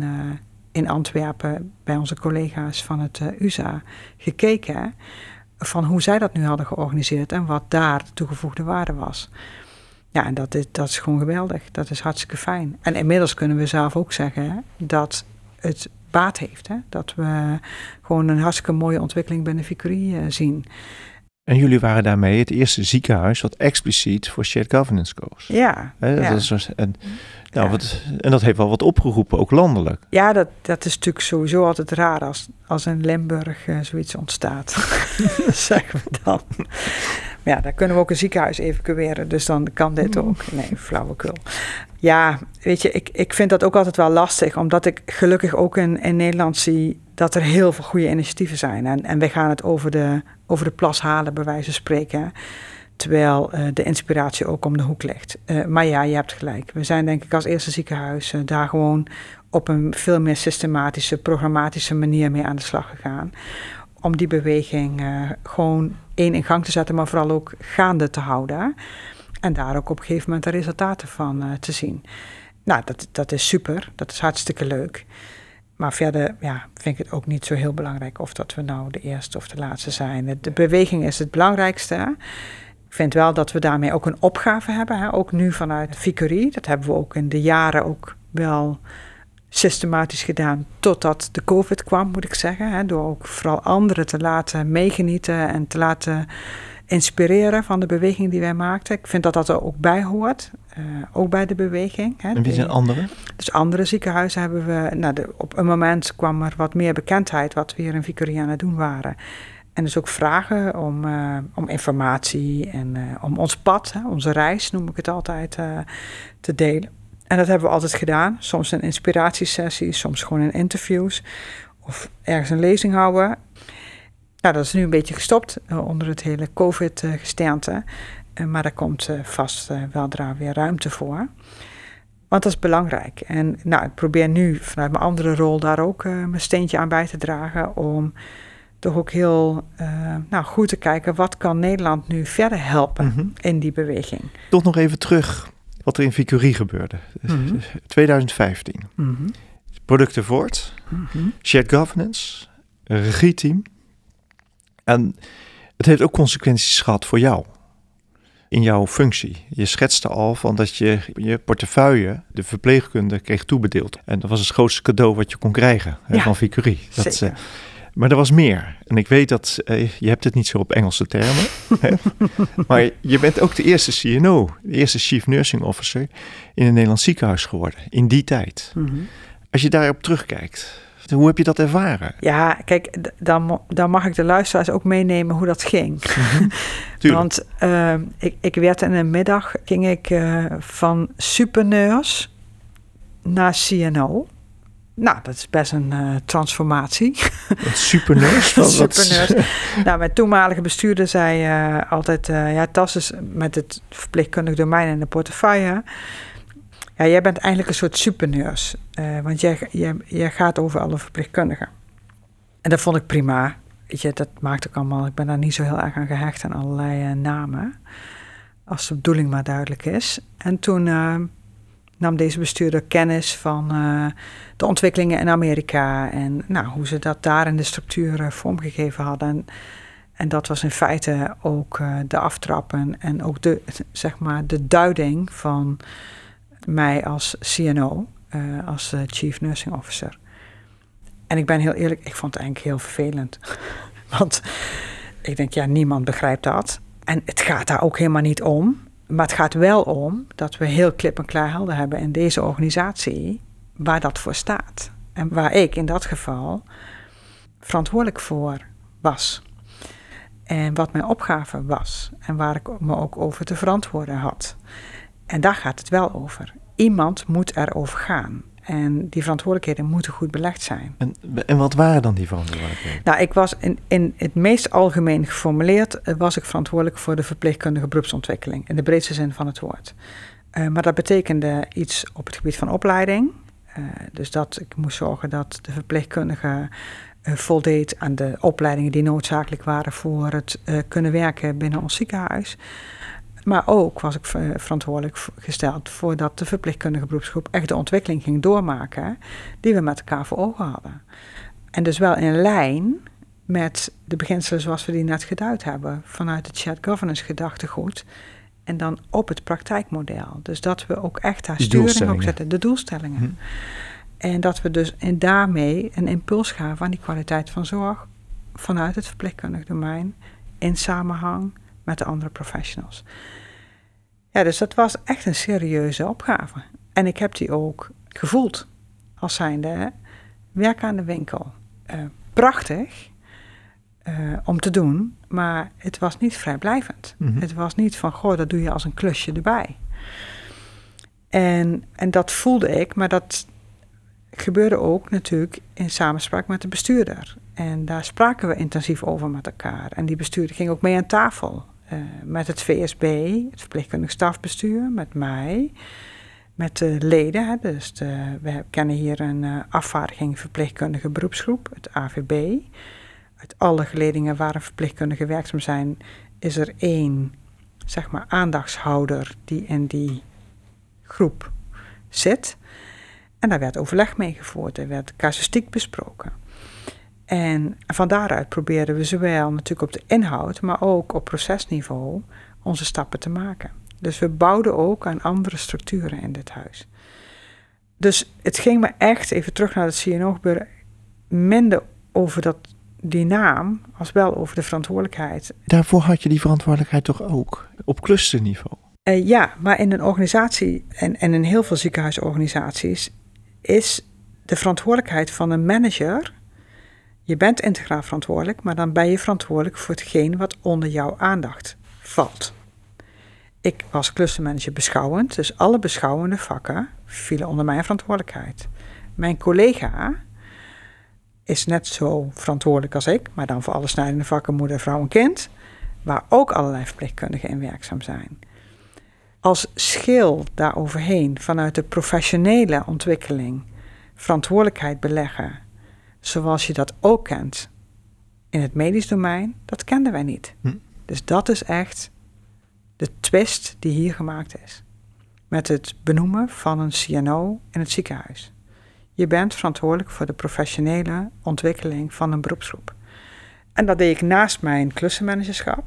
in Antwerpen bij onze collega's van het USA gekeken van hoe zij dat nu hadden georganiseerd en wat daar de toegevoegde waarde was. Ja, en dat is gewoon geweldig. Dat is hartstikke fijn. En inmiddels kunnen we zelf ook zeggen dat het baat heeft. Hè? Dat we gewoon een hartstikke mooie ontwikkeling binnen Victorie zien. En jullie waren daarmee het eerste ziekenhuis wat expliciet voor shared governance koos. Ja. En dat heeft wel wat opgeroepen, ook landelijk. Ja, dat is natuurlijk sowieso altijd raar als in Limburg zoiets ontstaat. Zeggen we dan. Maar ja, daar kunnen we ook een ziekenhuis evacueren, dus dan kan dit ook. Nee, flauwekul. Ja, weet je, ik vind dat ook altijd wel lastig, omdat ik gelukkig ook in Nederland zie dat er heel veel goede initiatieven zijn. En wij gaan het over de plas halen, bij wijze van spreken. Terwijl de inspiratie ook om de hoek ligt. Maar ja, je hebt gelijk. We zijn denk ik als eerste ziekenhuis daar gewoon op een veel meer systematische, programmatische manier mee aan de slag gegaan. Om die beweging gewoon in gang te zetten, maar vooral ook gaande te houden. En daar ook op een gegeven moment de resultaten van te zien. Nou, dat is super. Dat is hartstikke leuk. Maar verder vind ik het ook niet zo heel belangrijk of dat we nou de eerste of de laatste zijn. De beweging is het belangrijkste. Ik vind wel dat we daarmee ook een opgave hebben. Hè? Ook nu vanuit Vicurie. Dat hebben we ook in de jaren ook wel systematisch gedaan. Totdat de COVID kwam, moet ik zeggen. Hè? Door ook vooral anderen te laten meegenieten en te laten inspireren van de beweging die wij maakten. Ik vind dat dat er ook bij hoort. Ook bij de beweging. Hè? En wie zijn anderen? Dus andere ziekenhuizen hebben we... op een moment kwam er wat meer bekendheid wat we hier in Vicurie aan het doen waren. En dus ook vragen om informatie en om ons pad, onze reis noem ik het altijd, te delen. En dat hebben we altijd gedaan. Soms in inspiratiesessies, soms gewoon in interviews. Of ergens een lezing houden. Nou, dat is nu een beetje gestopt onder het hele COVID-gesternte. Maar daar komt vast weldra weer ruimte voor. Want dat is belangrijk. En ik probeer nu vanuit mijn andere rol daar ook mijn steentje aan bij te dragen. Om toch ook heel goed te kijken, wat kan Nederland nu verder helpen in die beweging. Toch nog even terug wat er in Vicurie gebeurde. 2015. Producten voort. Shared governance. Regieteam. En het heeft ook consequenties gehad voor jou. In jouw functie. Je schetste al van dat je portefeuille, de verpleegkunde, kreeg toebedeeld. En dat was het grootste cadeau wat je kon krijgen van Vicurie. Zeker. Maar er was meer. En ik weet dat, je hebt het niet zo op Engelse termen. Maar je bent ook de eerste CNO, de eerste Chief Nursing Officer in een Nederlands ziekenhuis geworden. In die tijd. Als je daarop terugkijkt, hoe heb je dat ervaren? Ja, kijk, dan mag ik de luisteraars ook meenemen hoe dat ging. Want ik werd in een middag, ging ik van supernurse naar CNO. Nou, dat is best een transformatie. Supernurse? Supernurse. Mijn toenmalige bestuurder zei altijd... Tas is met het verpleegkundig domein in de portefeuille. Ja, jij bent eigenlijk een soort supernurse. Want jij gaat over alle verpleegkundigen. En dat vond ik prima. Weet je, dat maakt ook allemaal... Ik ben daar niet zo heel erg aan gehecht aan allerlei namen. Als de bedoeling maar duidelijk is. En toen... nam deze bestuurder kennis van de ontwikkelingen in Amerika en hoe ze dat daar in de structuur vormgegeven hadden. En dat was in feite ook de aftrappen en ook de duiding van mij als CNO, als Chief Nursing Officer. En ik ben heel eerlijk, ik vond het eigenlijk heel vervelend. Want ik denk, niemand begrijpt dat. En het gaat daar ook helemaal niet om. Maar het gaat wel om dat we heel klip en klaar helder hebben in deze organisatie waar dat voor staat. En waar ik in dat geval verantwoordelijk voor was. En wat mijn opgave was. En waar ik me ook over te verantwoorden had. En daar gaat het wel over. Iemand moet erover gaan. En die verantwoordelijkheden moeten goed belegd zijn. En wat waren dan die verantwoordelijkheden? Ik was in het meest algemeen geformuleerd... was ik verantwoordelijk voor de verpleegkundige beroepsontwikkeling. In de breedste zin van het woord. Maar dat betekende iets op het gebied van opleiding. Dus dat ik moest zorgen dat de verpleegkundige voldeed aan de opleidingen... die noodzakelijk waren voor het kunnen werken binnen ons ziekenhuis... Maar ook was ik verantwoordelijk gesteld voor dat de verpleegkundige beroepsgroep echt de ontwikkeling ging doormaken die we met elkaar voor ogen hadden. En dus wel in lijn met de beginselen zoals we die net geduid hebben, vanuit het shared governance gedachtegoed en dan op het praktijkmodel. Dus dat we ook echt daar sturing op zetten, de doelstellingen. En dat we dus daarmee een impuls gaven aan die kwaliteit van zorg vanuit het verpleegkundig domein in samenhang met de andere professionals. Ja, dus dat was echt een serieuze opgave. En ik heb die ook gevoeld als zijnde werk aan de winkel. Prachtig om te doen, maar het was niet vrijblijvend. Het was niet van, dat doe je als een klusje erbij. En dat voelde ik, maar dat gebeurde ook natuurlijk in samenspraak met de bestuurder. En daar spraken we intensief over met elkaar. En die bestuurder ging ook mee aan tafel. Met het VSB, het verpleegkundig stafbestuur, met mij, met de leden. Dus we kennen hier een afvaardiging verpleegkundige beroepsgroep, het AVB. uit alle geledingen waar een verpleegkundige werkzaam zijn, is er 1, zeg maar, aandachtshouder die in die groep zit. En daar werd overleg mee gevoerd, er werd casuïstiek besproken. En van daaruit probeerden we zowel natuurlijk op de inhoud, maar ook op procesniveau onze stappen te maken. Dus we bouwden ook aan andere structuren in dit huis. Dus het ging me echt, even terug naar het CNO-gebeuren, minder over die naam, als wel over de verantwoordelijkheid. Daarvoor had je die verantwoordelijkheid toch ook, op clusterniveau? Ja, maar in een organisatie en in heel veel ziekenhuisorganisaties is de verantwoordelijkheid van een manager. Je bent integraal verantwoordelijk, maar dan ben je verantwoordelijk voor hetgeen wat onder jouw aandacht valt. Ik was clustermanager beschouwend, dus alle beschouwende vakken vielen onder mijn verantwoordelijkheid. Mijn collega is net zo verantwoordelijk als ik, maar dan voor alle snijdende vakken moeder, vrouw en kind, waar ook allerlei verpleegkundigen in werkzaam zijn. Als schil daaroverheen vanuit de professionele ontwikkeling verantwoordelijkheid beleggen, zoals je dat ook kent in het medisch domein, dat kenden wij niet. Dus dat is echt de twist die hier gemaakt is. Met het benoemen van een CNO in het ziekenhuis. Je bent verantwoordelijk voor de professionele ontwikkeling van een beroepsgroep. En dat deed ik naast mijn klussenmanagerschap.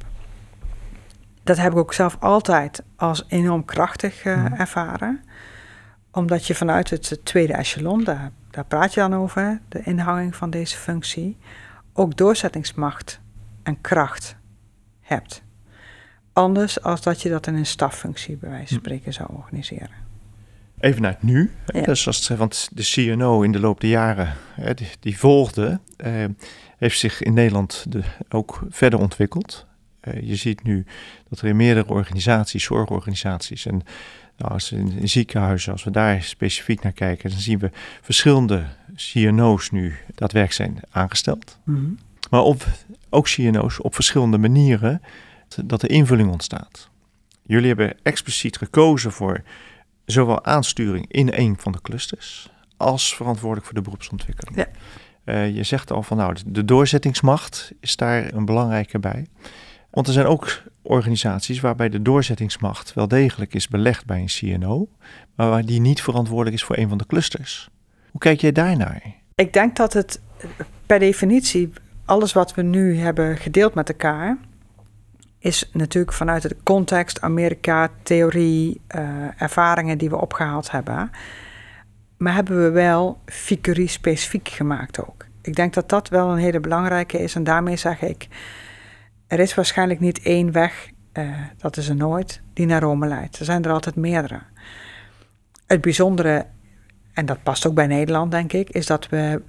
Dat heb ik ook zelf altijd als enorm krachtig ervaren. Omdat je vanuit het tweede echelon, daar praat je dan over, de inhouding van deze functie, ook doorzettingsmacht en kracht hebt. Anders als dat je dat in een staffunctie bij wijze van spreken zou organiseren. Even naar het nu. Ja. Dus want de CNO in de loop der jaren die volgde, heeft zich in Nederland ook verder ontwikkeld. Je ziet nu dat er in meerdere organisaties, zorgorganisaties en als in ziekenhuizen, als we daar specifiek naar kijken, dan zien we verschillende CNO's nu daadwerkelijk zijn aangesteld. Mm-hmm. Maar ook CNO's op verschillende manieren dat er invulling ontstaat. Jullie hebben expliciet gekozen voor zowel aansturing in een van de clusters als verantwoordelijk voor de beroepsontwikkeling. Ja. Je zegt al van de doorzettingsmacht is daar een belangrijke bij. Want er zijn ook organisaties waarbij de doorzettingsmacht wel degelijk is belegd bij een CNO, maar waar die niet verantwoordelijk is voor een van de clusters. Hoe kijk jij daarnaar? Ik denk dat het per definitie, alles wat we nu hebben gedeeld met elkaar, is natuurlijk vanuit de context, Amerika, theorie, ervaringen die we opgehaald hebben. Maar hebben we wel figurie specifiek gemaakt ook. Ik denk dat dat wel een hele belangrijke is en daarmee zeg ik, er is waarschijnlijk niet één weg, dat is er nooit, die naar Rome leidt. Er zijn er altijd meerdere. Het bijzondere, en dat past ook bij Nederland denk ik, is dat we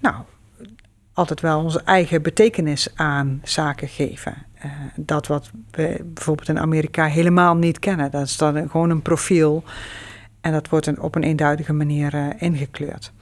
altijd wel onze eigen betekenis aan zaken geven. Dat wat we bijvoorbeeld in Amerika helemaal niet kennen. Dat is dan gewoon een profiel en dat wordt op een eenduidige manier ingekleurd.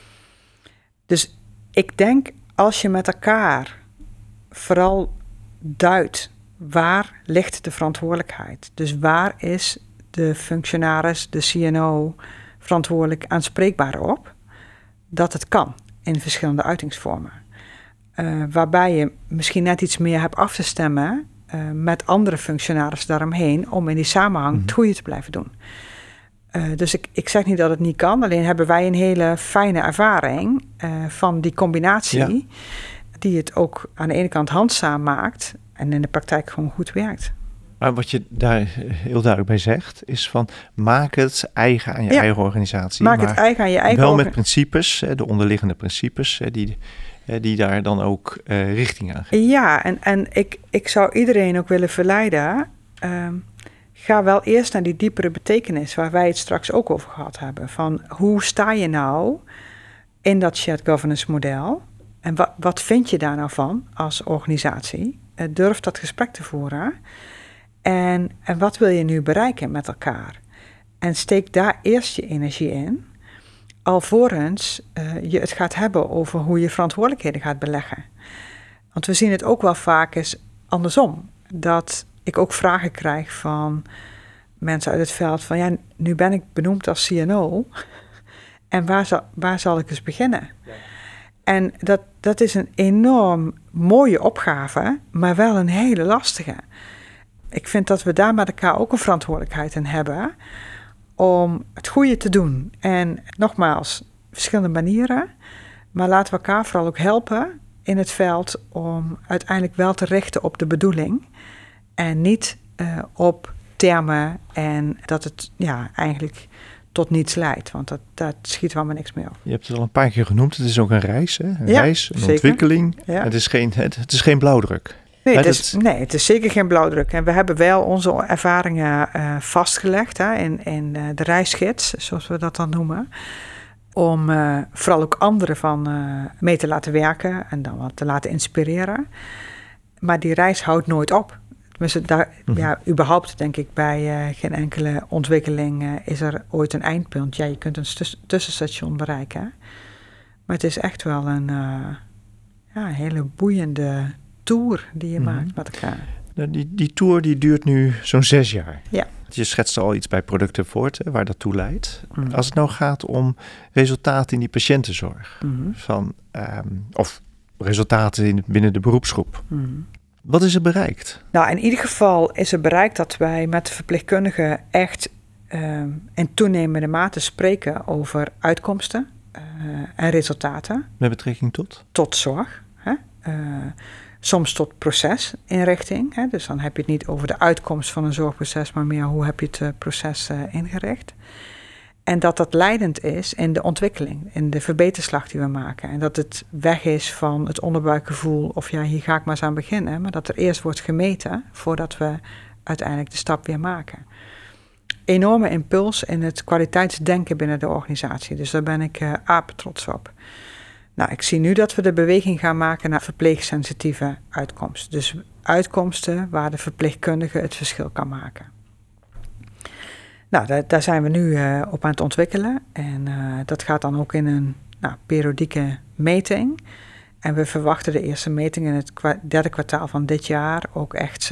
Dus ik denk als je met elkaar vooral duidt waar ligt de verantwoordelijkheid. Dus waar is de functionaris, de CNO, verantwoordelijk aanspreekbaar op, dat het kan in verschillende uitingsvormen. Waarbij je misschien net iets meer hebt af te stemmen met andere functionarissen daaromheen om in die samenhang het goede te blijven doen. Dus ik zeg niet dat het niet kan, alleen hebben wij een hele fijne ervaring van die combinatie, die het ook aan de ene kant handzaam maakt en in de praktijk gewoon goed werkt. Maar wat je daar heel duidelijk bij zegt, is van maak het eigen aan je eigen organisatie. Maak het eigen aan je eigen wel met principes, de onderliggende principes, die daar dan ook richting aan geven. Ja, en ik zou iedereen ook willen verleiden, ga wel eerst naar die diepere betekenis waar wij het straks ook over gehad hebben. Van hoe sta je nou in dat shared governance model? En wat vind je daar nou van als organisatie? Durf dat gesprek te voeren. En wat wil je nu bereiken met elkaar? En steek daar eerst je energie in, alvorens je het gaat hebben over hoe je verantwoordelijkheden gaat beleggen. Want we zien het ook wel vaak eens andersom. Dat ik ook vragen krijg van mensen uit het veld van nu ben ik benoemd als CNO en waar zal ik eens beginnen? Ja. En dat is een enorm mooie opgave, maar wel een hele lastige. Ik vind dat we daar met elkaar ook een verantwoordelijkheid in hebben om het goede te doen. En nogmaals, verschillende manieren, maar laten we elkaar vooral ook helpen in het veld om uiteindelijk wel te richten op de bedoeling en niet op termen en dat het eigenlijk tot niets leidt. Want dat schiet wel maar niks meer op. Je hebt het al een paar keer genoemd. Het is ook een reis, hè? Een zeker. Ontwikkeling. Ja. Het is geen blauwdruk. Nee, het is zeker geen blauwdruk. En we hebben wel onze ervaringen vastgelegd in de reisgids, zoals we dat dan noemen. Om vooral ook anderen van mee te laten werken en dan wat te laten inspireren. Maar die reis houdt nooit op. Überhaupt denk ik bij geen enkele ontwikkeling is er ooit een eindpunt. Ja, je kunt een tussenstation bereiken. Maar het is echt wel een hele boeiende tour die je maakt met elkaar. Die tour die duurt nu zo'n 6 jaar. Ja. Je schetste al iets bij Producten voort, waar dat toe leidt. Als het nou gaat om resultaten in die patiëntenzorg. Of resultaten binnen de beroepsgroep. Wat is er bereikt? Nou, in ieder geval is er bereikt dat wij met de verpleegkundigen echt in toenemende mate spreken over uitkomsten en resultaten. Met betrekking tot? Tot zorg. Hè? Soms tot procesinrichting. Hè? Dus dan heb je het niet over de uitkomst van een zorgproces, maar meer hoe heb je het proces ingericht. En dat leidend is in de ontwikkeling, in de verbeterslag die we maken. En dat het weg is van het onderbuikgevoel of hier ga ik maar eens aan beginnen. Maar dat er eerst wordt gemeten voordat we uiteindelijk de stap weer maken. Enorme impuls in het kwaliteitsdenken binnen de organisatie. Dus daar ben ik apetrots op. Nou, ik zie nu dat we de beweging gaan maken naar verpleegsensitieve uitkomsten. Dus uitkomsten waar de verpleegkundige het verschil kan maken. Nou, daar zijn we nu op aan het ontwikkelen. En dat gaat dan ook in een periodieke meting. En we verwachten de eerste meting in het derde kwartaal van dit jaar ook echt,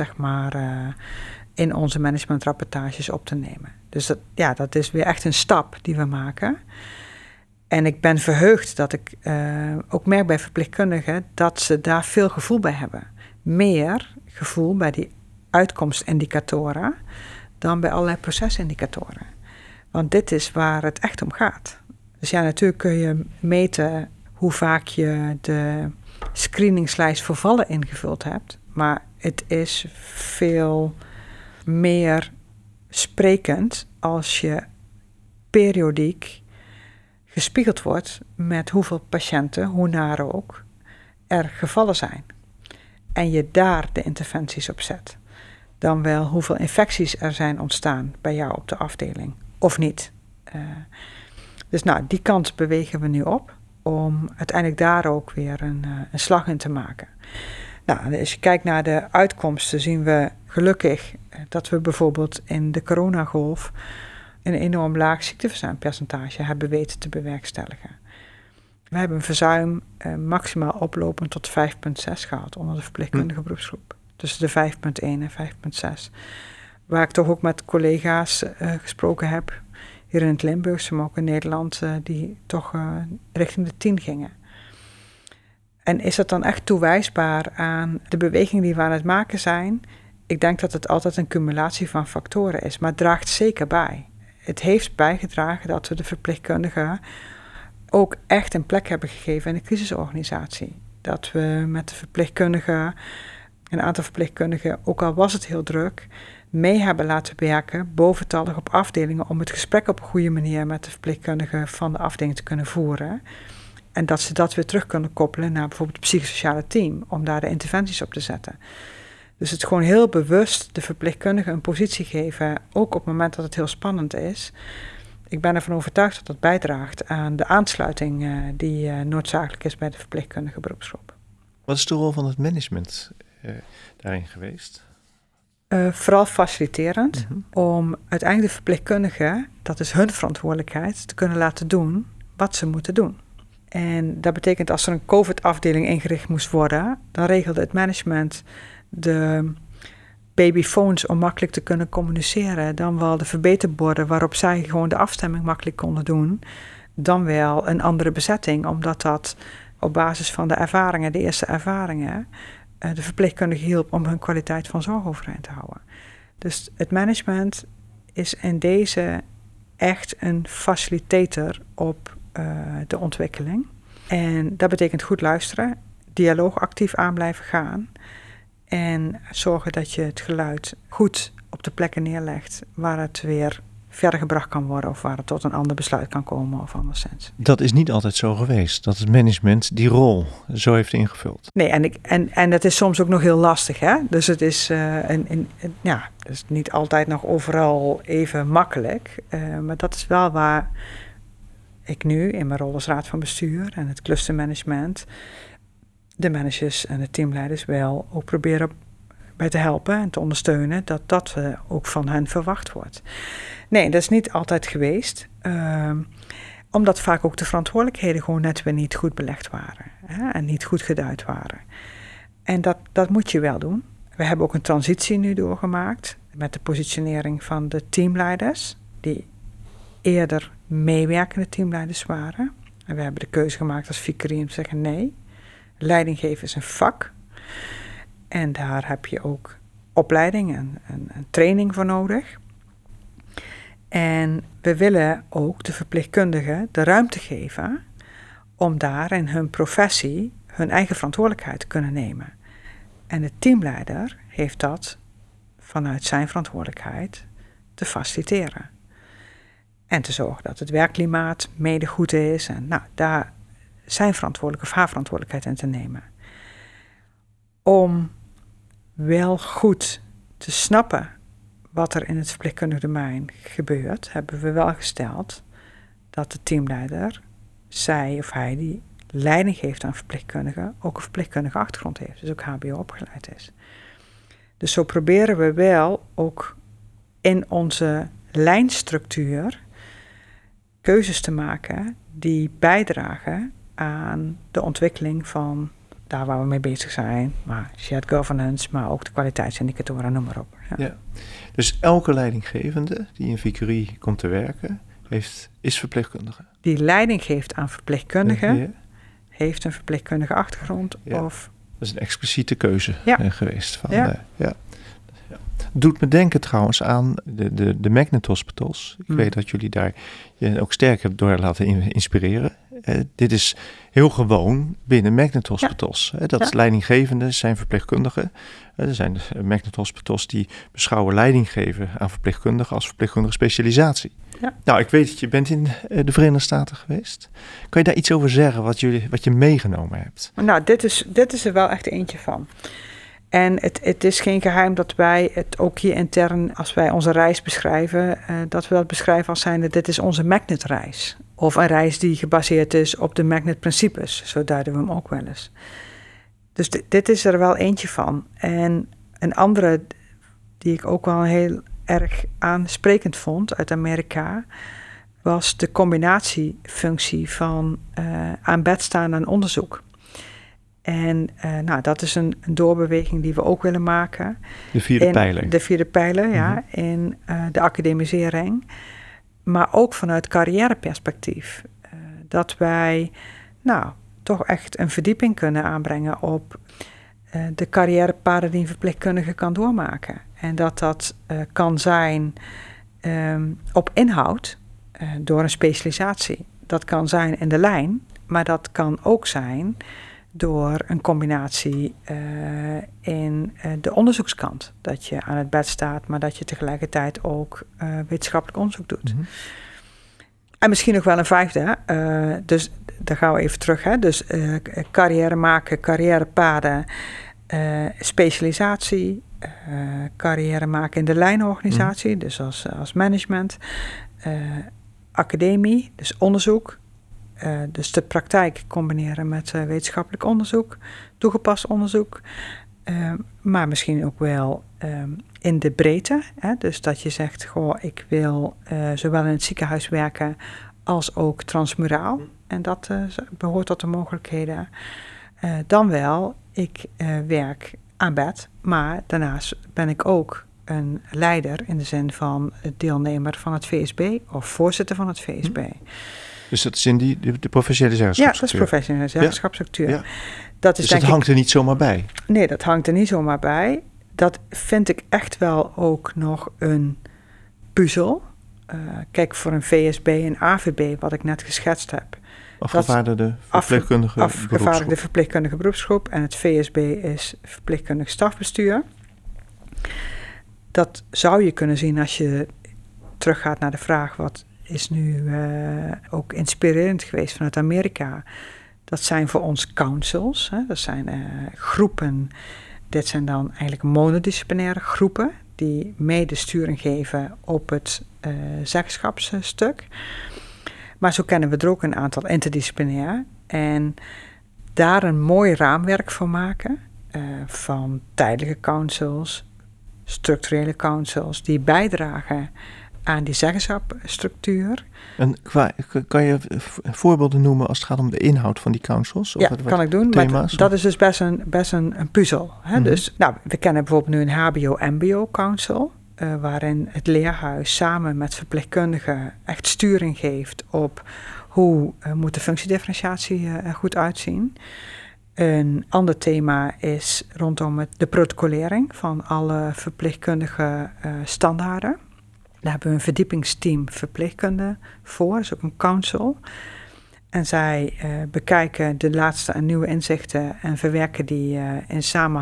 in onze managementrapportages op te nemen. Dus dat is weer echt een stap die we maken. En ik ben verheugd dat ik ook merk bij verpleegkundigen dat ze daar veel gevoel bij hebben. Meer gevoel bij die uitkomstindicatoren dan bij allerlei procesindicatoren. Want dit is waar het echt om gaat. Dus natuurlijk kun je meten hoe vaak je de screeningslijst voor vallen ingevuld hebt. Maar het is veel meer sprekend als je periodiek gespiegeld wordt met hoeveel patiënten, hoe naar ook, er gevallen zijn. En je daar de interventies op zet. Dan wel hoeveel infecties er zijn ontstaan bij jou op de afdeling, of niet. Dus die kant bewegen we nu op, om uiteindelijk daar ook weer een slag in te maken. Nou, als je kijkt naar de uitkomsten, zien we gelukkig dat we bijvoorbeeld in de coronagolf een enorm laag ziekteverzuimpercentage hebben weten te bewerkstelligen. We hebben een verzuim maximaal oplopend tot 5,6 gehad onder de verpleegkundige beroepsgroep. Tussen de 5,1 en 5,6. Waar ik toch ook met collega's gesproken heb, hier in het Limburgse, maar ook in Nederland, die toch richting de 10 gingen. En is dat dan echt toewijsbaar aan de beweging die we aan het maken zijn? Ik denk dat het altijd een cumulatie van factoren is, maar het draagt zeker bij. Het heeft bijgedragen dat we de verpleegkundigen ook echt een plek hebben gegeven in de crisisorganisatie. Dat we met de verpleegkundigen, een aantal verpleegkundigen, ook al was het heel druk, mee hebben laten werken, boventallig op afdelingen, om het gesprek op een goede manier met de verpleegkundigen van de afdeling te kunnen voeren. En dat ze dat weer terug kunnen koppelen naar bijvoorbeeld het psychosociale team, om daar de interventies op te zetten. Dus het gewoon heel bewust de verpleegkundige een positie geven, ook op het moment dat het heel spannend is. Ik ben ervan overtuigd dat dat bijdraagt aan de aansluiting die noodzakelijk is bij de verpleegkundige beroepsgroep. Wat is de rol van het management daarin geweest? Vooral faciliterend, om uiteindelijk de verpleegkundigen, dat is hun verantwoordelijkheid, te kunnen laten doen wat ze moeten doen. En dat betekent als er een COVID-afdeling ingericht moest worden, dan regelde het management de babyphones om makkelijk te kunnen communiceren, dan wel de verbeterborden waarop zij gewoon de afstemming makkelijk konden doen, dan wel een andere bezetting, omdat dat op basis van de eerste ervaringen, de verpleegkundige hielp om hun kwaliteit van zorg overeind te houden. Dus het management is in deze echt een facilitator op de ontwikkeling. En dat betekent goed luisteren, dialoog actief aan blijven gaan en zorgen dat je het geluid goed op de plekken neerlegt waar het weer verder gebracht kan worden of waar het tot een ander besluit kan komen of anderszins. Dat is niet altijd zo geweest, dat het management die rol zo heeft ingevuld. Nee, en dat is soms ook nog heel lastig, hè? Dus het is, dus niet altijd nog overal even makkelijk. Maar dat is wel waar ik nu in mijn rol als raad van bestuur en het clustermanagement de managers en de teamleiders wel ook proberen bij te helpen en te ondersteunen dat ook van hen verwacht wordt. Nee, dat is niet altijd geweest. Omdat vaak ook de verantwoordelijkheden gewoon net weer niet goed belegd waren. Hè, en niet goed geduid waren. En dat moet je wel doen. We hebben ook een transitie nu doorgemaakt met de positionering van de teamleiders, die eerder meewerkende teamleiders waren. En we hebben de keuze gemaakt als Vicari om te zeggen nee. Leidinggeven is een vak. En daar heb je ook opleiding en training voor nodig. En we willen ook de verpleegkundigen de ruimte geven om daar in hun professie hun eigen verantwoordelijkheid te kunnen nemen. En de teamleider heeft dat vanuit zijn verantwoordelijkheid te faciliteren. En te zorgen dat het werkklimaat mede goed is. En daar zijn verantwoordelijk of haar verantwoordelijkheid in te nemen. Om wel goed te snappen wat er in het verpleegkundig domein gebeurt, hebben we wel gesteld dat de teamleider, zij of hij die leiding geeft aan verpleegkundigen, ook een verpleegkundige achtergrond heeft, dus ook HBO opgeleid is. Dus zo proberen we wel ook in onze lijnstructuur keuzes te maken die bijdragen aan de ontwikkeling van daar waar we mee bezig zijn, maar shared governance, maar ook de kwaliteitsindicatoren, noem maar op. Ja. Dus elke leidinggevende die in Vicari komt te werken, is verpleegkundige. Die leiding geeft aan verpleegkundigen, heeft een verpleegkundige achtergrond. Ja. Of Dat is een expliciete keuze geweest. Ja. Doet me denken trouwens aan de Magnet Hospitals. Ik weet dat jullie daar je ook sterk hebben door laten inspireren. Dit is heel gewoon binnen Magnet Hospitals. Dat leidinggevenden zijn verpleegkundigen. Er zijn Magnet Hospitals die beschouwen leiding geven aan verpleegkundigen als verpleegkundige specialisatie. Ja. Nou, ik weet dat je bent in de Verenigde Staten geweest. Kan je daar iets over zeggen wat je meegenomen hebt? Nou, dit is er wel echt eentje van. En het is geen geheim dat wij het ook hier intern, als wij onze reis beschrijven, dat we dat beschrijven als zijnde, dit is onze Magnet-reis. Of een reis die gebaseerd is op de Magnet-principes. Zo duiden we hem ook wel eens. Dus dit is er wel eentje van. En een andere die ik ook wel heel erg aansprekend vond uit Amerika, was de combinatiefunctie van aan bed staan en onderzoek. En dat is een doorbeweging die we ook willen maken. De vierde pijler. De vierde pijler, ja. In de academisering. Maar ook vanuit carrièreperspectief. Dat wij toch echt een verdieping kunnen aanbrengen op de carrièrepaden die een verpleegkundige kan doormaken. En dat kan zijn op inhoud door een specialisatie. Dat kan zijn in de lijn, maar dat kan ook zijn door een combinatie in de onderzoekskant. Dat je aan het bed staat, maar dat je tegelijkertijd ook wetenschappelijk onderzoek doet. Mm-hmm. En misschien nog wel een vijfde. Dus daar gaan we even terug. Hè? Dus carrière maken, carrièrepaden, specialisatie, carrière maken in de lijnorganisatie, dus als management, academie, dus onderzoek. Dus de praktijk combineren met wetenschappelijk onderzoek, toegepast onderzoek. Maar misschien ook wel in de breedte. Hè? Dus dat je zegt, ik wil zowel in het ziekenhuis werken als ook transmuraal. En dat behoort tot de mogelijkheden. Dan wel, ik werk aan bed. Maar daarnaast ben ik ook een leider in de zin van deelnemer van het VSB of voorzitter van het VSB. Dus dat is in de professionele zeggenschapsstructuur? Ja, dat is professionele zeggenschapsstructuur. Ja. Dat is, dus dat hangt er niet zomaar bij? Nee, dat hangt er niet zomaar bij. Dat vind ik echt wel ook nog een puzzel. Kijk, voor een VSB en AVB, wat ik net geschetst heb. Afgevaardigde verpleegkundige beroepsgroep. En het VSB is verpleegkundig stafbestuur. Dat zou je kunnen zien als je teruggaat naar de vraag... wat is nu ook inspirerend geweest vanuit Amerika. Dat zijn voor ons councils. Hè? Dat zijn groepen. Dit zijn dan eigenlijk monodisciplinaire groepen... die mede sturing geven op het zeggenschapsstuk. Maar zo kennen we er ook een aantal interdisciplinair. En daar een mooi raamwerk voor maken... van tijdelijke councils, structurele councils... die bijdragen aan die zeggenschapsstructuur. En kan je voorbeelden noemen als het gaat om de inhoud van die councils? Ja, dat kan ik doen. Maar dat is dus best een puzzel. Hè? Mm-hmm. Dus, we kennen bijvoorbeeld nu een HBO-MBO-council... waarin het leerhuis samen met verpleegkundigen echt sturing geeft... op hoe moet de functiedifferentiatie er goed uitzien. Een ander thema is rondom de protocolering van alle verpleegkundige standaarden. Daar hebben we een verdiepingsteam verpleegkunde voor, dat is ook een council. En zij bekijken de laatste en nieuwe inzichten en verwerken die in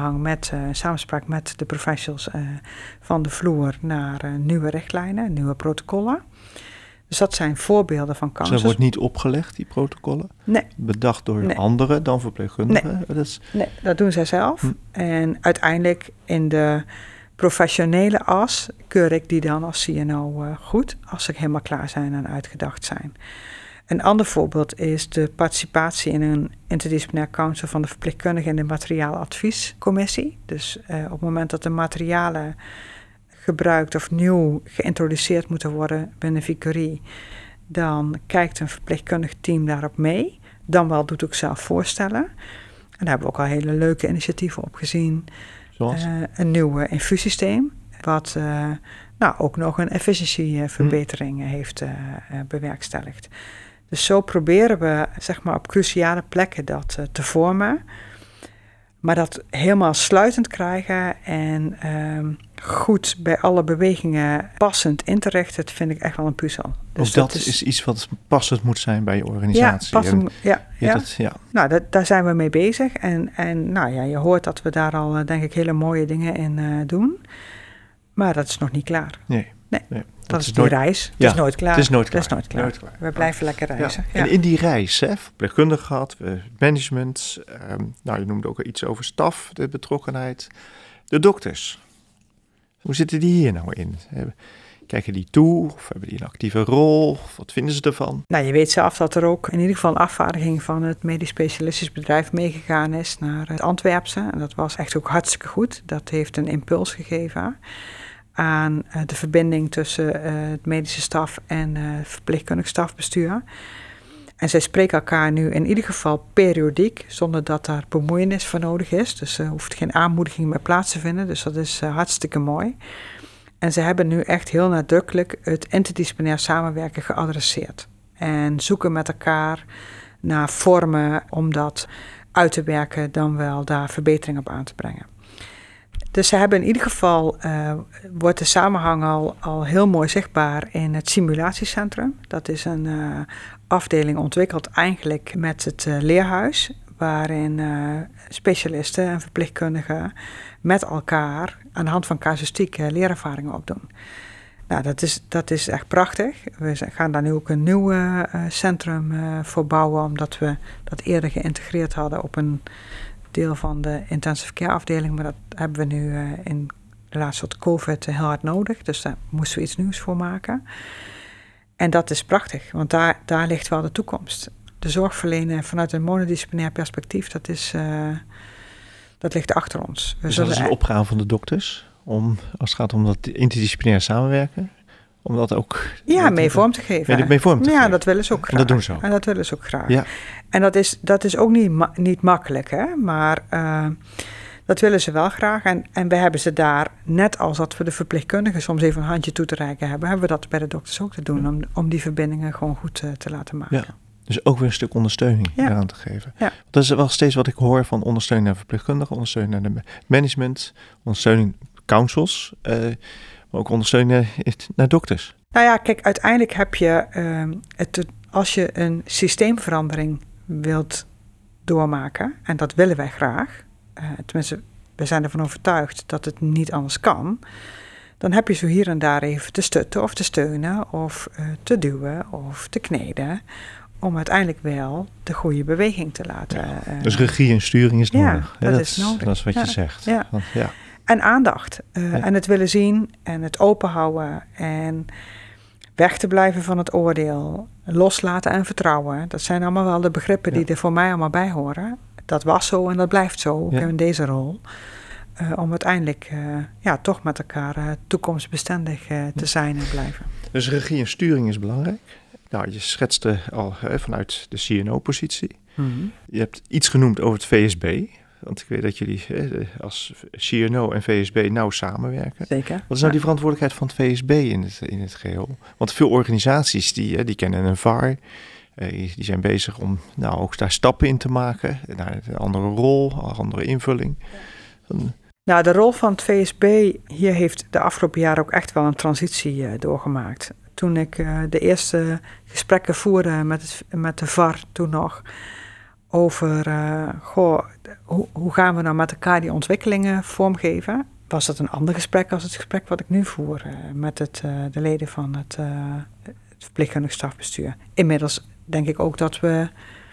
samenspraak met de professionals van de vloer naar nieuwe richtlijnen, nieuwe protocollen. Dus dat zijn voorbeelden van councils. Dus dat wordt niet opgelegd, die protocollen? Nee. Bedacht door anderen dan verpleegkundigen? Nee, dat doen zij zelf. En uiteindelijk in de professionele as keur ik die dan als CNO goed, als ze helemaal klaar zijn en uitgedacht zijn. Een ander voorbeeld is de participatie in een interdisciplinair council van de verpleegkundigen in de materiaaladviescommissie. Dus op het moment dat de materialen gebruikt of nieuw geïntroduceerd moeten worden binnen Vicurie, dan kijkt een verpleegkundig team daarop mee. Dan wel doet ook zelf voorstellen. En daar hebben we ook al hele leuke initiatieven op gezien. Zoals? Een nieuw infuussysteem, wat ook nog een efficiëntieverbetering heeft bewerkstelligd. Dus zo proberen we zeg maar op cruciale plekken dat te vormen. Maar dat helemaal sluitend krijgen en goed bij alle bewegingen passend in te richten, dat vind ik echt wel een puzzel. Dus dat is iets wat passend moet zijn bij je organisatie. Ja, passend, ja. Nou, daar zijn we mee bezig. En je hoort dat we daar al, denk ik, hele mooie dingen in doen. Maar dat is nog niet klaar. Nee. Dat is die reis. Het is nooit klaar. Het is nooit klaar. We blijven lekker reizen. Ja. En in die reis, verpleegkundig gehad, management, je noemde ook iets over staf, de betrokkenheid. De dokters, hoe zitten die hier nou in? Kijken die toe of hebben die een actieve rol? Wat vinden ze ervan? Nou, je weet zelf dat er ook in ieder geval een afvaardiging van het medisch specialistisch bedrijf meegegaan is naar het Antwerpse. En dat was echt ook hartstikke goed. Dat heeft een impuls gegeven aan de verbinding tussen het medische staf en het verpleegkundig stafbestuur. En zij spreken elkaar nu in ieder geval periodiek, zonder dat daar bemoeienis voor nodig is. Dus er hoeft geen aanmoediging meer plaats te vinden, dus dat is hartstikke mooi. En ze hebben nu echt heel nadrukkelijk het interdisciplinair samenwerken geadresseerd. En zoeken met elkaar naar vormen om dat uit te werken, dan wel daar verbetering op aan te brengen. Dus ze hebben in ieder geval, wordt de samenhang al heel mooi zichtbaar in het simulatiecentrum. Dat is een afdeling ontwikkeld eigenlijk met het leerhuis, waarin specialisten en verpleegkundigen met elkaar aan de hand van casuïstiek leerervaringen opdoen. Nou, dat is echt prachtig. We gaan daar nu ook een nieuw centrum voor bouwen, omdat we dat eerder geïntegreerd hadden op een deel van de intensive care afdeling. Maar dat hebben we nu in de laatste tot COVID heel hard nodig. Dus daar moesten we iets nieuws voor maken. En dat is prachtig, want daar ligt wel de toekomst. De zorgverlenen vanuit een monodisciplinair perspectief, dat ligt achter ons. Dus dat is een opgave van de dokters, als het gaat om dat interdisciplinair samenwerken, om dat ook mee vorm te geven. Ja, dat willen ze ook graag. En dat doen ze ook. En dat willen ze ook graag. Ja. En dat is ook niet makkelijk, hè? Maar Dat willen ze wel graag. En we hebben ze daar, net als dat we de verpleegkundigen soms even een handje toe te reiken hebben we dat bij de dokters ook te doen. Om die verbindingen gewoon goed te laten maken. Ja. Dus ook weer een stuk ondersteuning eraan te geven. Ja. Dat is wel steeds wat ik hoor van ondersteuning naar verpleegkundigen, ondersteuning naar de management, ondersteuning councils, maar ook ondersteuning naar dokters. Nou ja, kijk, uiteindelijk heb je, als je een systeemverandering wilt doormaken, en dat willen wij graag, tenminste, we zijn ervan overtuigd dat het niet anders kan, dan heb je zo hier en daar even te stutten of te steunen of te duwen of te kneden, om uiteindelijk wel de goede beweging te laten. Dus regie en sturing is nodig. Ja, dat is nodig. Dat is wat je zegt. Ja. Want, en aandacht. En het willen zien en het openhouden en weg te blijven van het oordeel. Loslaten en vertrouwen. Dat zijn allemaal wel de begrippen die er voor mij allemaal bij horen. Dat was zo en dat blijft zo, ook in deze rol. Om uiteindelijk toch met elkaar toekomstbestendig te zijn en blijven. Dus regie en sturing is belangrijk. Nou, je schetste al vanuit de CNO-positie. Mm-hmm. Je hebt iets genoemd over het VSB. Want ik weet dat jullie als CNO en VSB nauw samenwerken. Zeker. Wat is nou die verantwoordelijkheid van het VSB in het geheel? Want veel organisaties die kennen een VAR. Die zijn bezig om ook daar stappen in te maken. Naar een andere rol, een andere invulling. Nou, de rol van het VSB hier heeft de afgelopen jaren ook echt wel een transitie doorgemaakt. Toen ik de eerste gesprekken voerde met de VAR toen nog over hoe gaan we nou met elkaar die ontwikkelingen vormgeven, was dat een ander gesprek als het gesprek wat ik nu voer met de leden van het verpleegkundig stafbestuur. Inmiddels denk ik ook dat we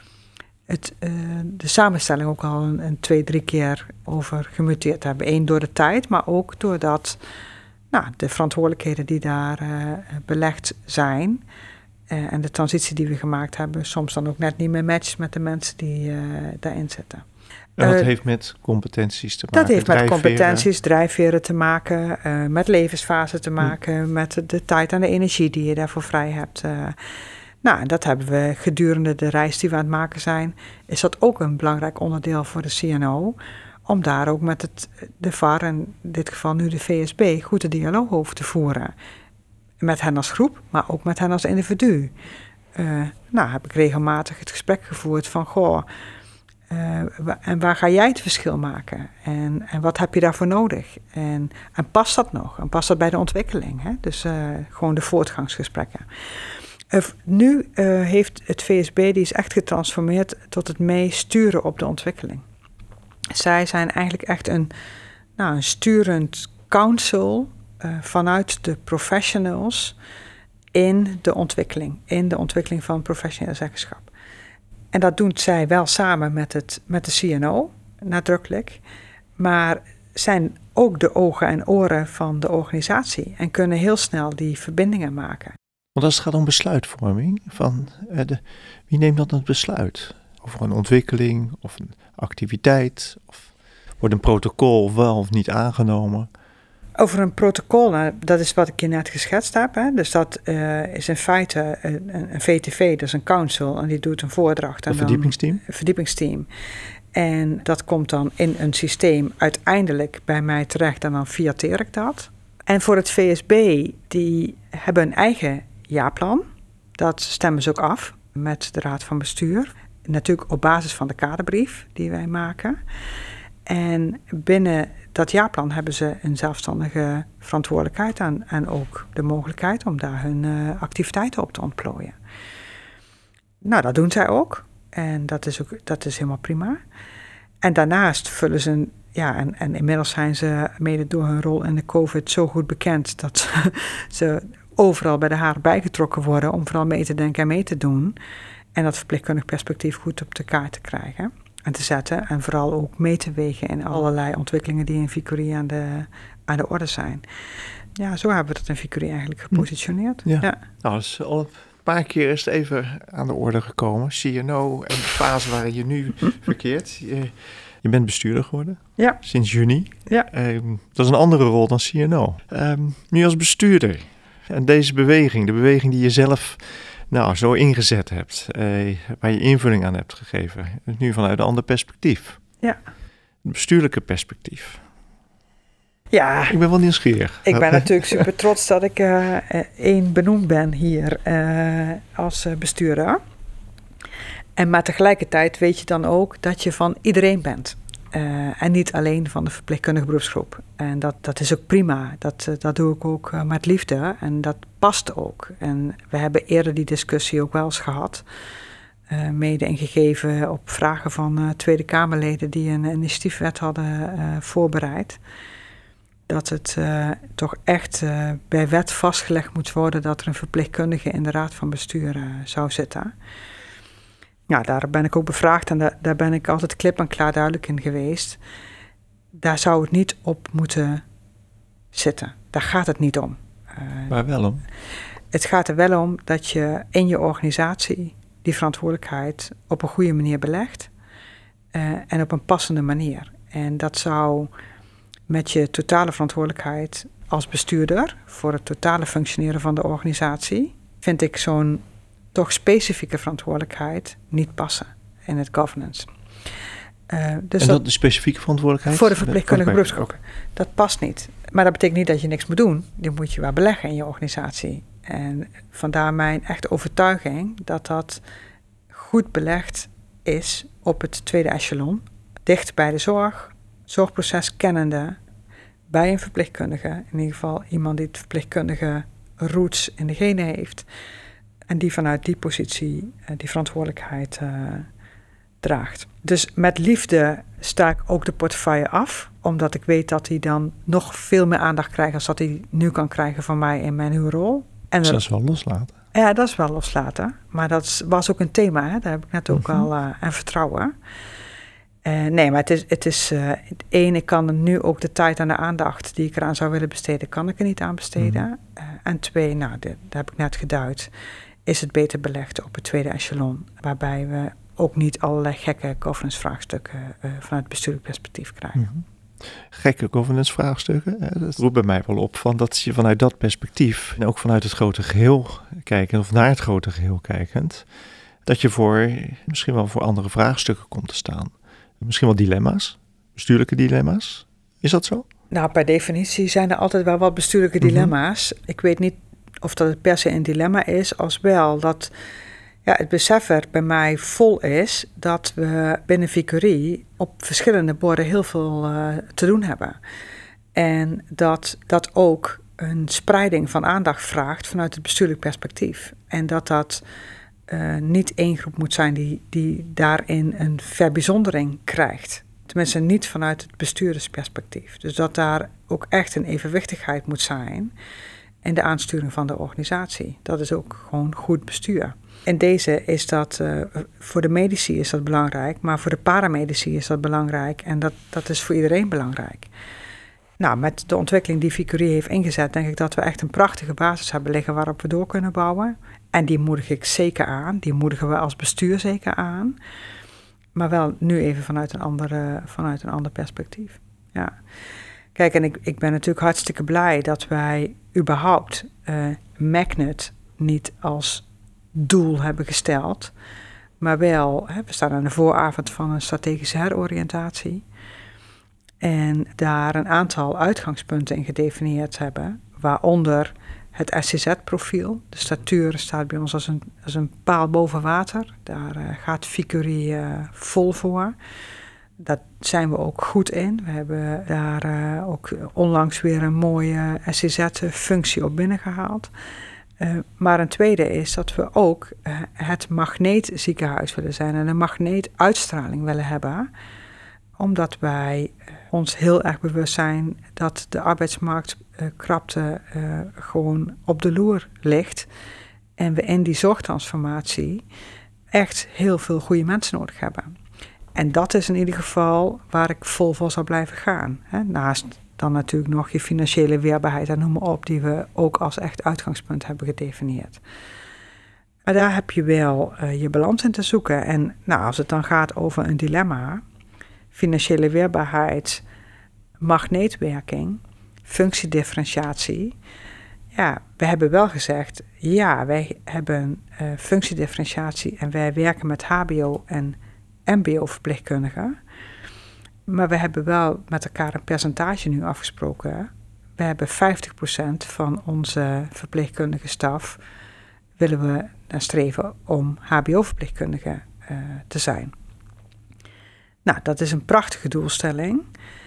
de samenstelling ook al 2-3 keer over gemuteerd hebben. Eén door de tijd, maar ook doordat de verantwoordelijkheden die daar belegd zijn en de transitie die we gemaakt hebben, soms dan ook net niet meer matcht met de mensen die daarin zitten. En dat heeft met competenties te maken? Dat heeft met competenties, drijfveren te maken, met levensfase te maken, met de tijd en de energie die je daarvoor vrij hebt. Dat hebben we gedurende de reis die we aan het maken zijn, is dat ook een belangrijk onderdeel voor de CNO, om daar ook met de VAR, en in dit geval nu de VSB, goed de dialoog over te voeren. Met hen als groep, maar ook met hen als individu. Heb ik regelmatig het gesprek gevoerd van, en waar ga jij het verschil maken? En wat heb je daarvoor nodig? En past dat nog? En past dat bij de ontwikkeling? Hè? Dus gewoon de voortgangsgesprekken. Nu heeft het VSB, die is echt getransformeerd tot het meesturen op de ontwikkeling. Zij zijn eigenlijk echt een sturend council vanuit de professionals in de ontwikkeling van professioneel zeggenschap. En dat doen zij wel samen met de CNO, nadrukkelijk, maar zijn ook de ogen en oren van de organisatie en kunnen heel snel die verbindingen maken. Want als het gaat om besluitvorming, wie neemt dan het besluit? Over een ontwikkeling of een activiteit? Of wordt een protocol wel of niet aangenomen? Over een protocol, dat is wat ik je net geschetst heb. Hè? Dus dat is in feite een VTV, dat is een council, en die doet een voordracht. Een verdiepingsteam? Een verdiepingsteam. En dat komt dan in een systeem uiteindelijk bij mij terecht en dan fiateer ik dat. En voor het VSB, die hebben een eigen jaarplan. Dat stemmen ze ook af met de Raad van Bestuur. Natuurlijk op basis van de kaderbrief die wij maken. En binnen dat jaarplan hebben ze een zelfstandige verantwoordelijkheid en ook de mogelijkheid om daar hun activiteiten op te ontplooien. Dat doen zij ook. En dat is helemaal prima. En daarnaast vullen ze en inmiddels zijn ze mede door hun rol in de COVID zo goed bekend dat ze overal bij de haren bijgetrokken worden om vooral mee te denken en mee te doen. En dat verpleegkundig perspectief goed op de kaart te krijgen en te zetten. En vooral ook mee te wegen in allerlei ontwikkelingen die in Vicorie aan de orde zijn. Ja, zo hebben we dat in Vicorie eigenlijk gepositioneerd. Ja. Nou, dat is al een paar keer is het even aan de orde gekomen. CNO en de fase waarin je nu verkeert. Je bent bestuurder geworden. Ja. Sinds juni. Ja. Dat is een andere rol dan CNO. Nu als bestuurder. En deze beweging, de beweging die je zelf zo ingezet hebt. Waar je invulling aan hebt gegeven. Nu vanuit een ander perspectief. Ja. Bestuurlijke perspectief. Ja, Ik ben wel nieuwsgierig. ik ben natuurlijk super trots dat ik benoemd ben hier als bestuurder. Maar tegelijkertijd weet je dan ook dat je van iedereen bent. En niet alleen van de verpleegkundige beroepsgroep. En dat is ook prima. Dat doe ik ook met liefde. En dat past ook. En we hebben eerder die discussie ook wel eens gehad. Mede ingegeven op vragen van Tweede Kamerleden die een initiatiefwet hadden voorbereid. Dat het toch echt bij wet vastgelegd moet worden dat er een verpleegkundige in de raad van bestuur zou zitten. Ja, daar ben ik ook bevraagd en daar ben ik altijd klip en klaar duidelijk in geweest. Daar zou het niet op moeten zitten. Daar gaat het niet om. Waar wel om? Het gaat er wel om dat je in je organisatie die verantwoordelijkheid op een goede manier belegt. En op een passende manier. En dat zou met je totale verantwoordelijkheid als bestuurder voor het totale functioneren van de organisatie, vind ik zo'n toch specifieke verantwoordelijkheid niet passen in het governance. Dus en dat de specifieke verantwoordelijkheid? Voor de verpleegkundige beroepsgroep. Dat past niet. Maar dat betekent niet dat je niks moet doen. Die moet je wel beleggen in je organisatie. En vandaar mijn echte overtuiging dat dat goed belegd is op het tweede echelon. Dicht bij de zorg, zorgproces kennende, bij een verpleegkundige. In ieder geval iemand die het verpleegkundige roots in de genen heeft. En die vanuit die positie die verantwoordelijkheid draagt. Dus met liefde sta ik ook de portefeuille af. Omdat ik weet dat hij dan nog veel meer aandacht krijgt als dat hij nu kan krijgen van mij in mijn nieuwe rol. En dat is wel loslaten. Ja, dat is wel loslaten. Maar dat was ook een thema. Hè? Daar heb ik net ook al aan vertrouwen. Nee, maar het is één, ik kan er nu ook de tijd en de aandacht die ik eraan zou willen besteden, kan ik er niet aan besteden. En twee, nou, daar heb ik net geduid, is het beter belegd op het tweede echelon, waarbij we ook niet allerlei gekke governance vraagstukken vanuit bestuurlijk perspectief krijgen. Gekke governance vraagstukken, dat roept bij mij wel op van dat je vanuit dat perspectief en ook vanuit het grote geheel kijkend of naar het grote geheel kijkend, dat je misschien wel voor andere vraagstukken komt te staan. Misschien wel dilemma's, bestuurlijke dilemma's. Is dat zo? Nou, per definitie zijn er altijd wel wat bestuurlijke dilemma's. Ik weet niet of dat het per se een dilemma is, als wel dat het besef er bij mij vol is dat we binnen Vicurie op verschillende borden heel veel te doen hebben. En dat ook een spreiding van aandacht vraagt vanuit het bestuurlijk perspectief. En dat niet één groep moet zijn die daarin een verbijzondering krijgt. Tenminste niet vanuit het bestuurdersperspectief. Dus dat daar ook echt een evenwichtigheid moet zijn in de aansturing van de organisatie. Dat is ook gewoon goed bestuur. In deze is dat, voor de medici is dat belangrijk, maar voor de paramedici is dat belangrijk en dat is voor iedereen belangrijk. Nou, met de ontwikkeling die Vicurie heeft ingezet, denk ik dat we echt een prachtige basis hebben liggen waarop we door kunnen bouwen. En die moedig ik zeker aan, die moedigen we als bestuur zeker aan. Maar wel nu even vanuit een ander perspectief. Ja. Kijk, en ik ben natuurlijk hartstikke blij dat wij überhaupt Magnet niet als doel hebben gesteld. Maar wel, we staan aan de vooravond van een strategische heroriëntatie. En daar een aantal uitgangspunten in gedefinieerd hebben, waaronder het SCZ-profiel. De statuur staat bij ons als een paal boven water. Daar gaat Vicurie vol voor. Daar zijn we ook goed in. We hebben daar ook onlangs weer een mooie SCZ-functie op binnengehaald. Maar een tweede is dat we ook het magneetziekenhuis willen zijn en een magneetuitstraling willen hebben, omdat wij ons heel erg bewust zijn dat de arbeidsmarktkrapte gewoon op de loer ligt. En we in die zorgtransformatie echt heel veel goede mensen nodig hebben. En dat is in ieder geval waar ik vol voor zal blijven gaan. Hè? Naast dan natuurlijk nog je financiële weerbaarheid en noem maar op, die we ook als echt uitgangspunt hebben gedefinieerd. Maar daar heb je wel je balans in te zoeken. En nou, als het dan gaat over een dilemma, financiële weerbaarheid, magneetwerking, functiedifferentiatie. Ja, we hebben wel gezegd, ja, wij hebben functiedifferentiatie en wij werken met HBO en MBO-verpleegkundigen. Maar we hebben wel met elkaar een percentage nu afgesproken. We hebben 50% van onze verpleegkundige staf willen we naar streven om hbo-verpleegkundige te zijn. Nou, dat is een prachtige doelstelling.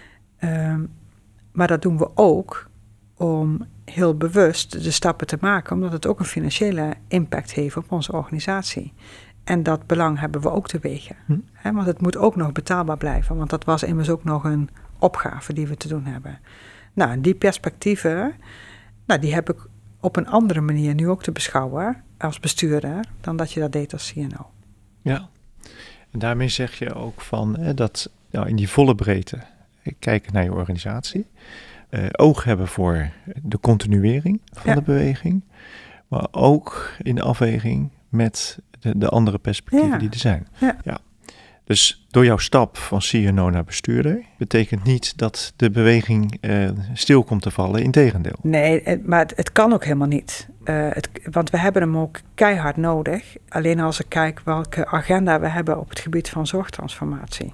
Maar dat doen we ook om heel bewust de stappen te maken, omdat het ook een financiële impact heeft op onze organisatie. En dat belang hebben we ook te wegen. Want het moet ook nog betaalbaar blijven, want dat was immers ook nog een opgave die we te doen hebben. Nou, en die perspectieven, die heb ik op een andere manier nu ook te beschouwen als bestuurder dan dat je dat deed als CNO. Ja, en daarmee zeg je ook van dat in die volle breedte kijken naar je organisatie, oog hebben voor de continuering van de beweging, maar ook in de afweging met de andere perspectieven die er zijn. Ja. Dus door jouw stap van CNO naar bestuurder betekent niet dat de beweging stil komt te vallen, integendeel. Nee, maar het kan ook helemaal niet. Want we hebben hem ook keihard nodig. Alleen als ik kijk welke agenda we hebben op het gebied van zorgtransformatie.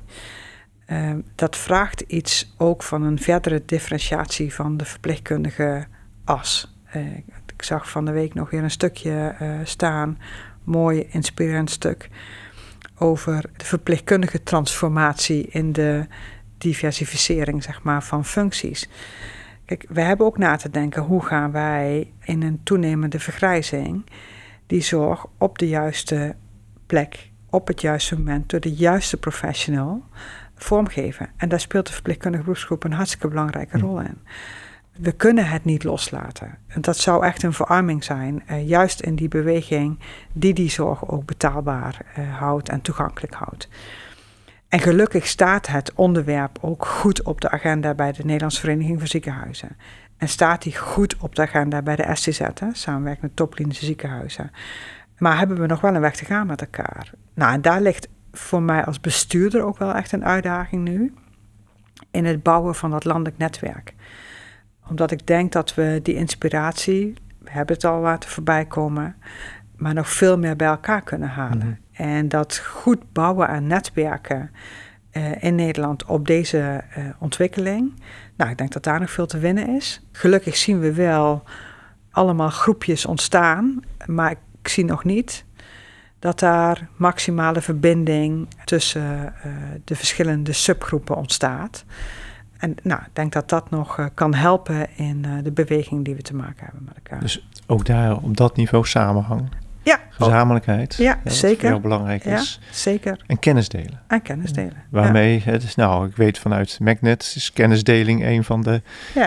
Dat vraagt iets ook van een verdere differentiatie van de verpleegkundige as. Ik zag van de week nog weer een stukje staan, mooi inspirerend stuk, over de verpleegkundige transformatie in de diversificering, zeg maar, van functies. Kijk, we hebben ook na te denken, hoe gaan wij in een toenemende vergrijzing die zorg op de juiste plek, op het juiste moment, door de juiste professional vormgeven. En daar speelt de verpleegkundige beroepsgroep een hartstikke belangrijke rol in. We kunnen het niet loslaten. En dat zou echt een verarming zijn, juist in die beweging die zorg ook betaalbaar houdt en toegankelijk houdt. En gelukkig staat het onderwerp ook goed op de agenda bij de Nederlandse Vereniging voor Ziekenhuizen. En staat die goed op de agenda bij de STZ, samenwerking met topklinische ziekenhuizen. Maar hebben we nog wel een weg te gaan met elkaar. Nou, en daar ligt voor mij als bestuurder ook wel echt een uitdaging nu, in het bouwen van dat landelijk netwerk. Omdat ik denk dat we die inspiratie, we hebben het al laten voorbij komen, maar nog veel meer bij elkaar kunnen halen. En dat goed bouwen aan netwerken in Nederland op deze ontwikkeling. Nou, ik denk dat daar nog veel te winnen is. Gelukkig zien we wel allemaal groepjes ontstaan, maar ik zie nog niet dat daar maximale verbinding tussen de verschillende subgroepen ontstaat. En ik denk dat dat nog kan helpen in de beweging die we te maken hebben met elkaar. Dus ook daar op dat niveau samenhang, gezamenlijkheid, dat zeker. Heel belangrijk is. Zeker. En kennis delen. Waarmee, ik weet vanuit Magnet is kennisdeling een van de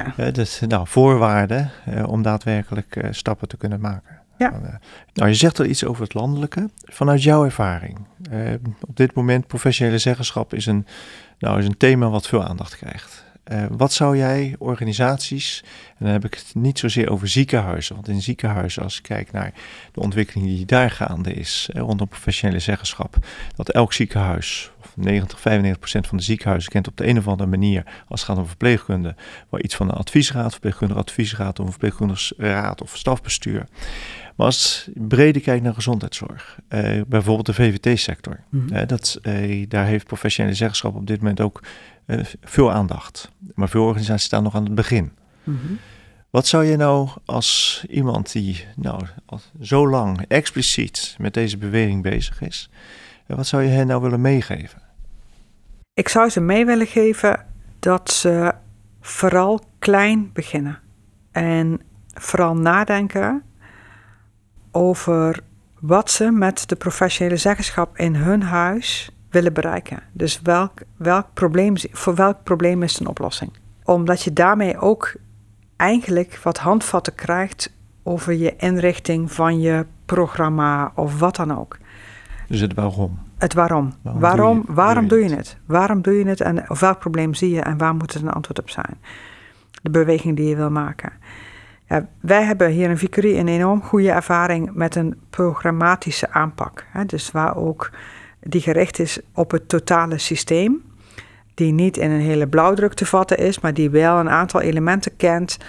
voorwaarden om daadwerkelijk stappen te kunnen maken. Ja. Je zegt er iets over het landelijke. Vanuit jouw ervaring, op dit moment professionele zeggenschap is een thema wat veel aandacht krijgt. Wat zou jij organisaties, en dan heb ik het niet zozeer over ziekenhuizen, want in ziekenhuizen, als ik kijk naar de ontwikkeling die daar gaande is rondom professionele zeggenschap, dat elk ziekenhuis, of 95% van de ziekenhuizen kent op de een of andere manier, als het gaat om verpleegkunde, wel iets van een adviesraad, verpleegkundige adviesraad of een verpleegkundigersraad of stafbestuur. Maar als je breder kijkt naar gezondheidszorg, bijvoorbeeld de VVT-sector, daar heeft professionele zeggenschap op dit moment ook veel aandacht. Maar veel organisaties staan nog aan het begin. Wat zou je nou als iemand die al zo lang expliciet met deze beweging bezig is, wat zou je hen nou willen meegeven? Ik zou ze mee willen geven dat ze vooral klein beginnen. En vooral nadenken over wat ze met de professionele zeggenschap in hun huis willen bereiken. Dus voor welk probleem is een oplossing? Omdat je daarmee ook eigenlijk wat handvatten krijgt over je inrichting van je programma of wat dan ook. Dus het waarom. Het waarom. Waarom doe je het? Waarom doe je het en of welk probleem zie je en waar moet het een antwoord op zijn? De beweging die je wil maken. Ja, wij hebben hier in Vicarie een enorm goede ervaring met een programmatische aanpak. Dus waar ook die gericht is op het totale systeem. Die niet in een hele blauwdruk te vatten is, maar die wel een aantal elementen kent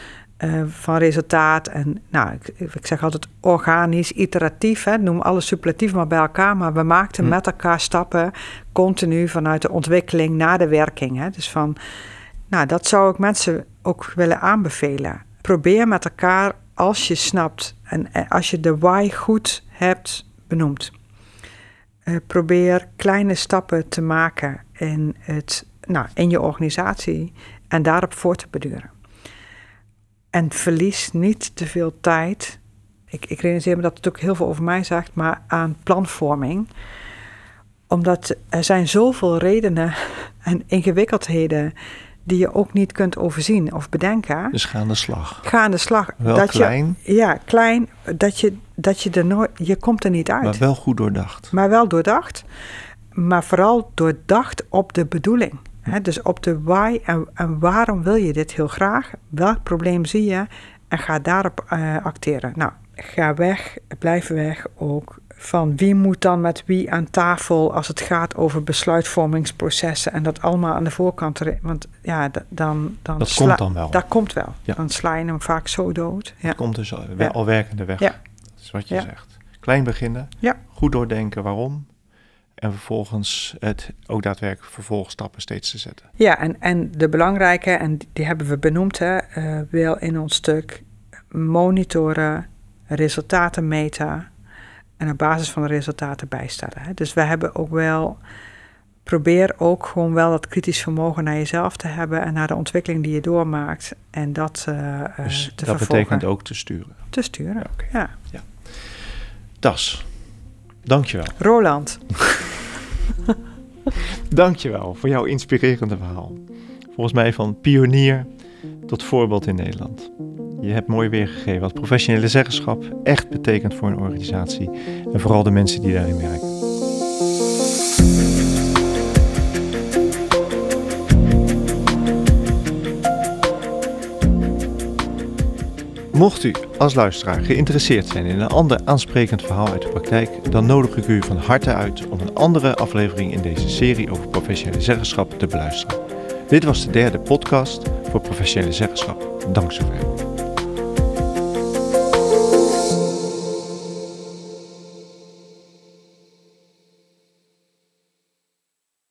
van resultaat. En ik zeg altijd organisch, iteratief. Hè. Noem alle superlatieven maar bij elkaar. Maar we maakten met elkaar stappen continu vanuit de ontwikkeling naar de werking. Hè. Dus dat zou ik mensen ook willen aanbevelen. Probeer met elkaar, als je snapt en als je de why goed hebt benoemd. Probeer kleine stappen te maken in je organisatie en daarop voor te beduren. En verlies niet te veel tijd. Ik realiseer me dat het ook heel veel over mij zegt, maar aan planvorming. Omdat er zijn zoveel redenen en ingewikkeldheden die je ook niet kunt overzien of bedenken. Dus ga aan de slag. Ga aan de slag. Wel klein. Klein. Dat je er nooit... Je komt er niet uit. Maar wel goed doordacht. Maar wel doordacht. Maar vooral doordacht op de bedoeling. Hè? Dus op de why en waarom wil je dit heel graag? Welk probleem zie je? En ga daarop acteren. Nou, ga weg. Blijf weg ook. Van wie moet dan met wie aan tafel als het gaat over besluitvormingsprocessen en dat allemaal aan de voorkant. Want ja, dan dat komt dan wel. Dat komt wel. Ja. Dan sla je hem vaak zo dood. Ja. Dat komt dus al werkende weg. Ja. Dat is wat je zegt. Klein beginnen. Ja. Goed doordenken waarom. En vervolgens ook daadwerkelijk vervolgstappen steeds te zetten. Ja, en de belangrijke, en die hebben we benoemd, wel in ons stuk, monitoren, resultaten meten en op basis van de resultaten bijstellen. Hè. Dus we hebben ook wel, probeer ook gewoon wel dat kritisch vermogen naar jezelf te hebben en naar de ontwikkeling die je doormaakt. En dat dus te dat vervolgen. betekent ook te sturen. Te sturen, Ja, oké. ja. Das, dankjewel. Roland. Dankjewel voor jouw inspirerende verhaal. Volgens mij van pionier tot voorbeeld in Nederland. Je hebt mooi weergegeven wat professionele zeggenschap echt betekent voor een organisatie en vooral de mensen die daarin werken. Mocht u als luisteraar geïnteresseerd zijn in een ander aansprekend verhaal uit de praktijk, dan nodig ik u van harte uit om een andere aflevering in deze serie over professionele zeggenschap te beluisteren. Dit was de derde podcast voor professionele zeggenschap. Dank zover.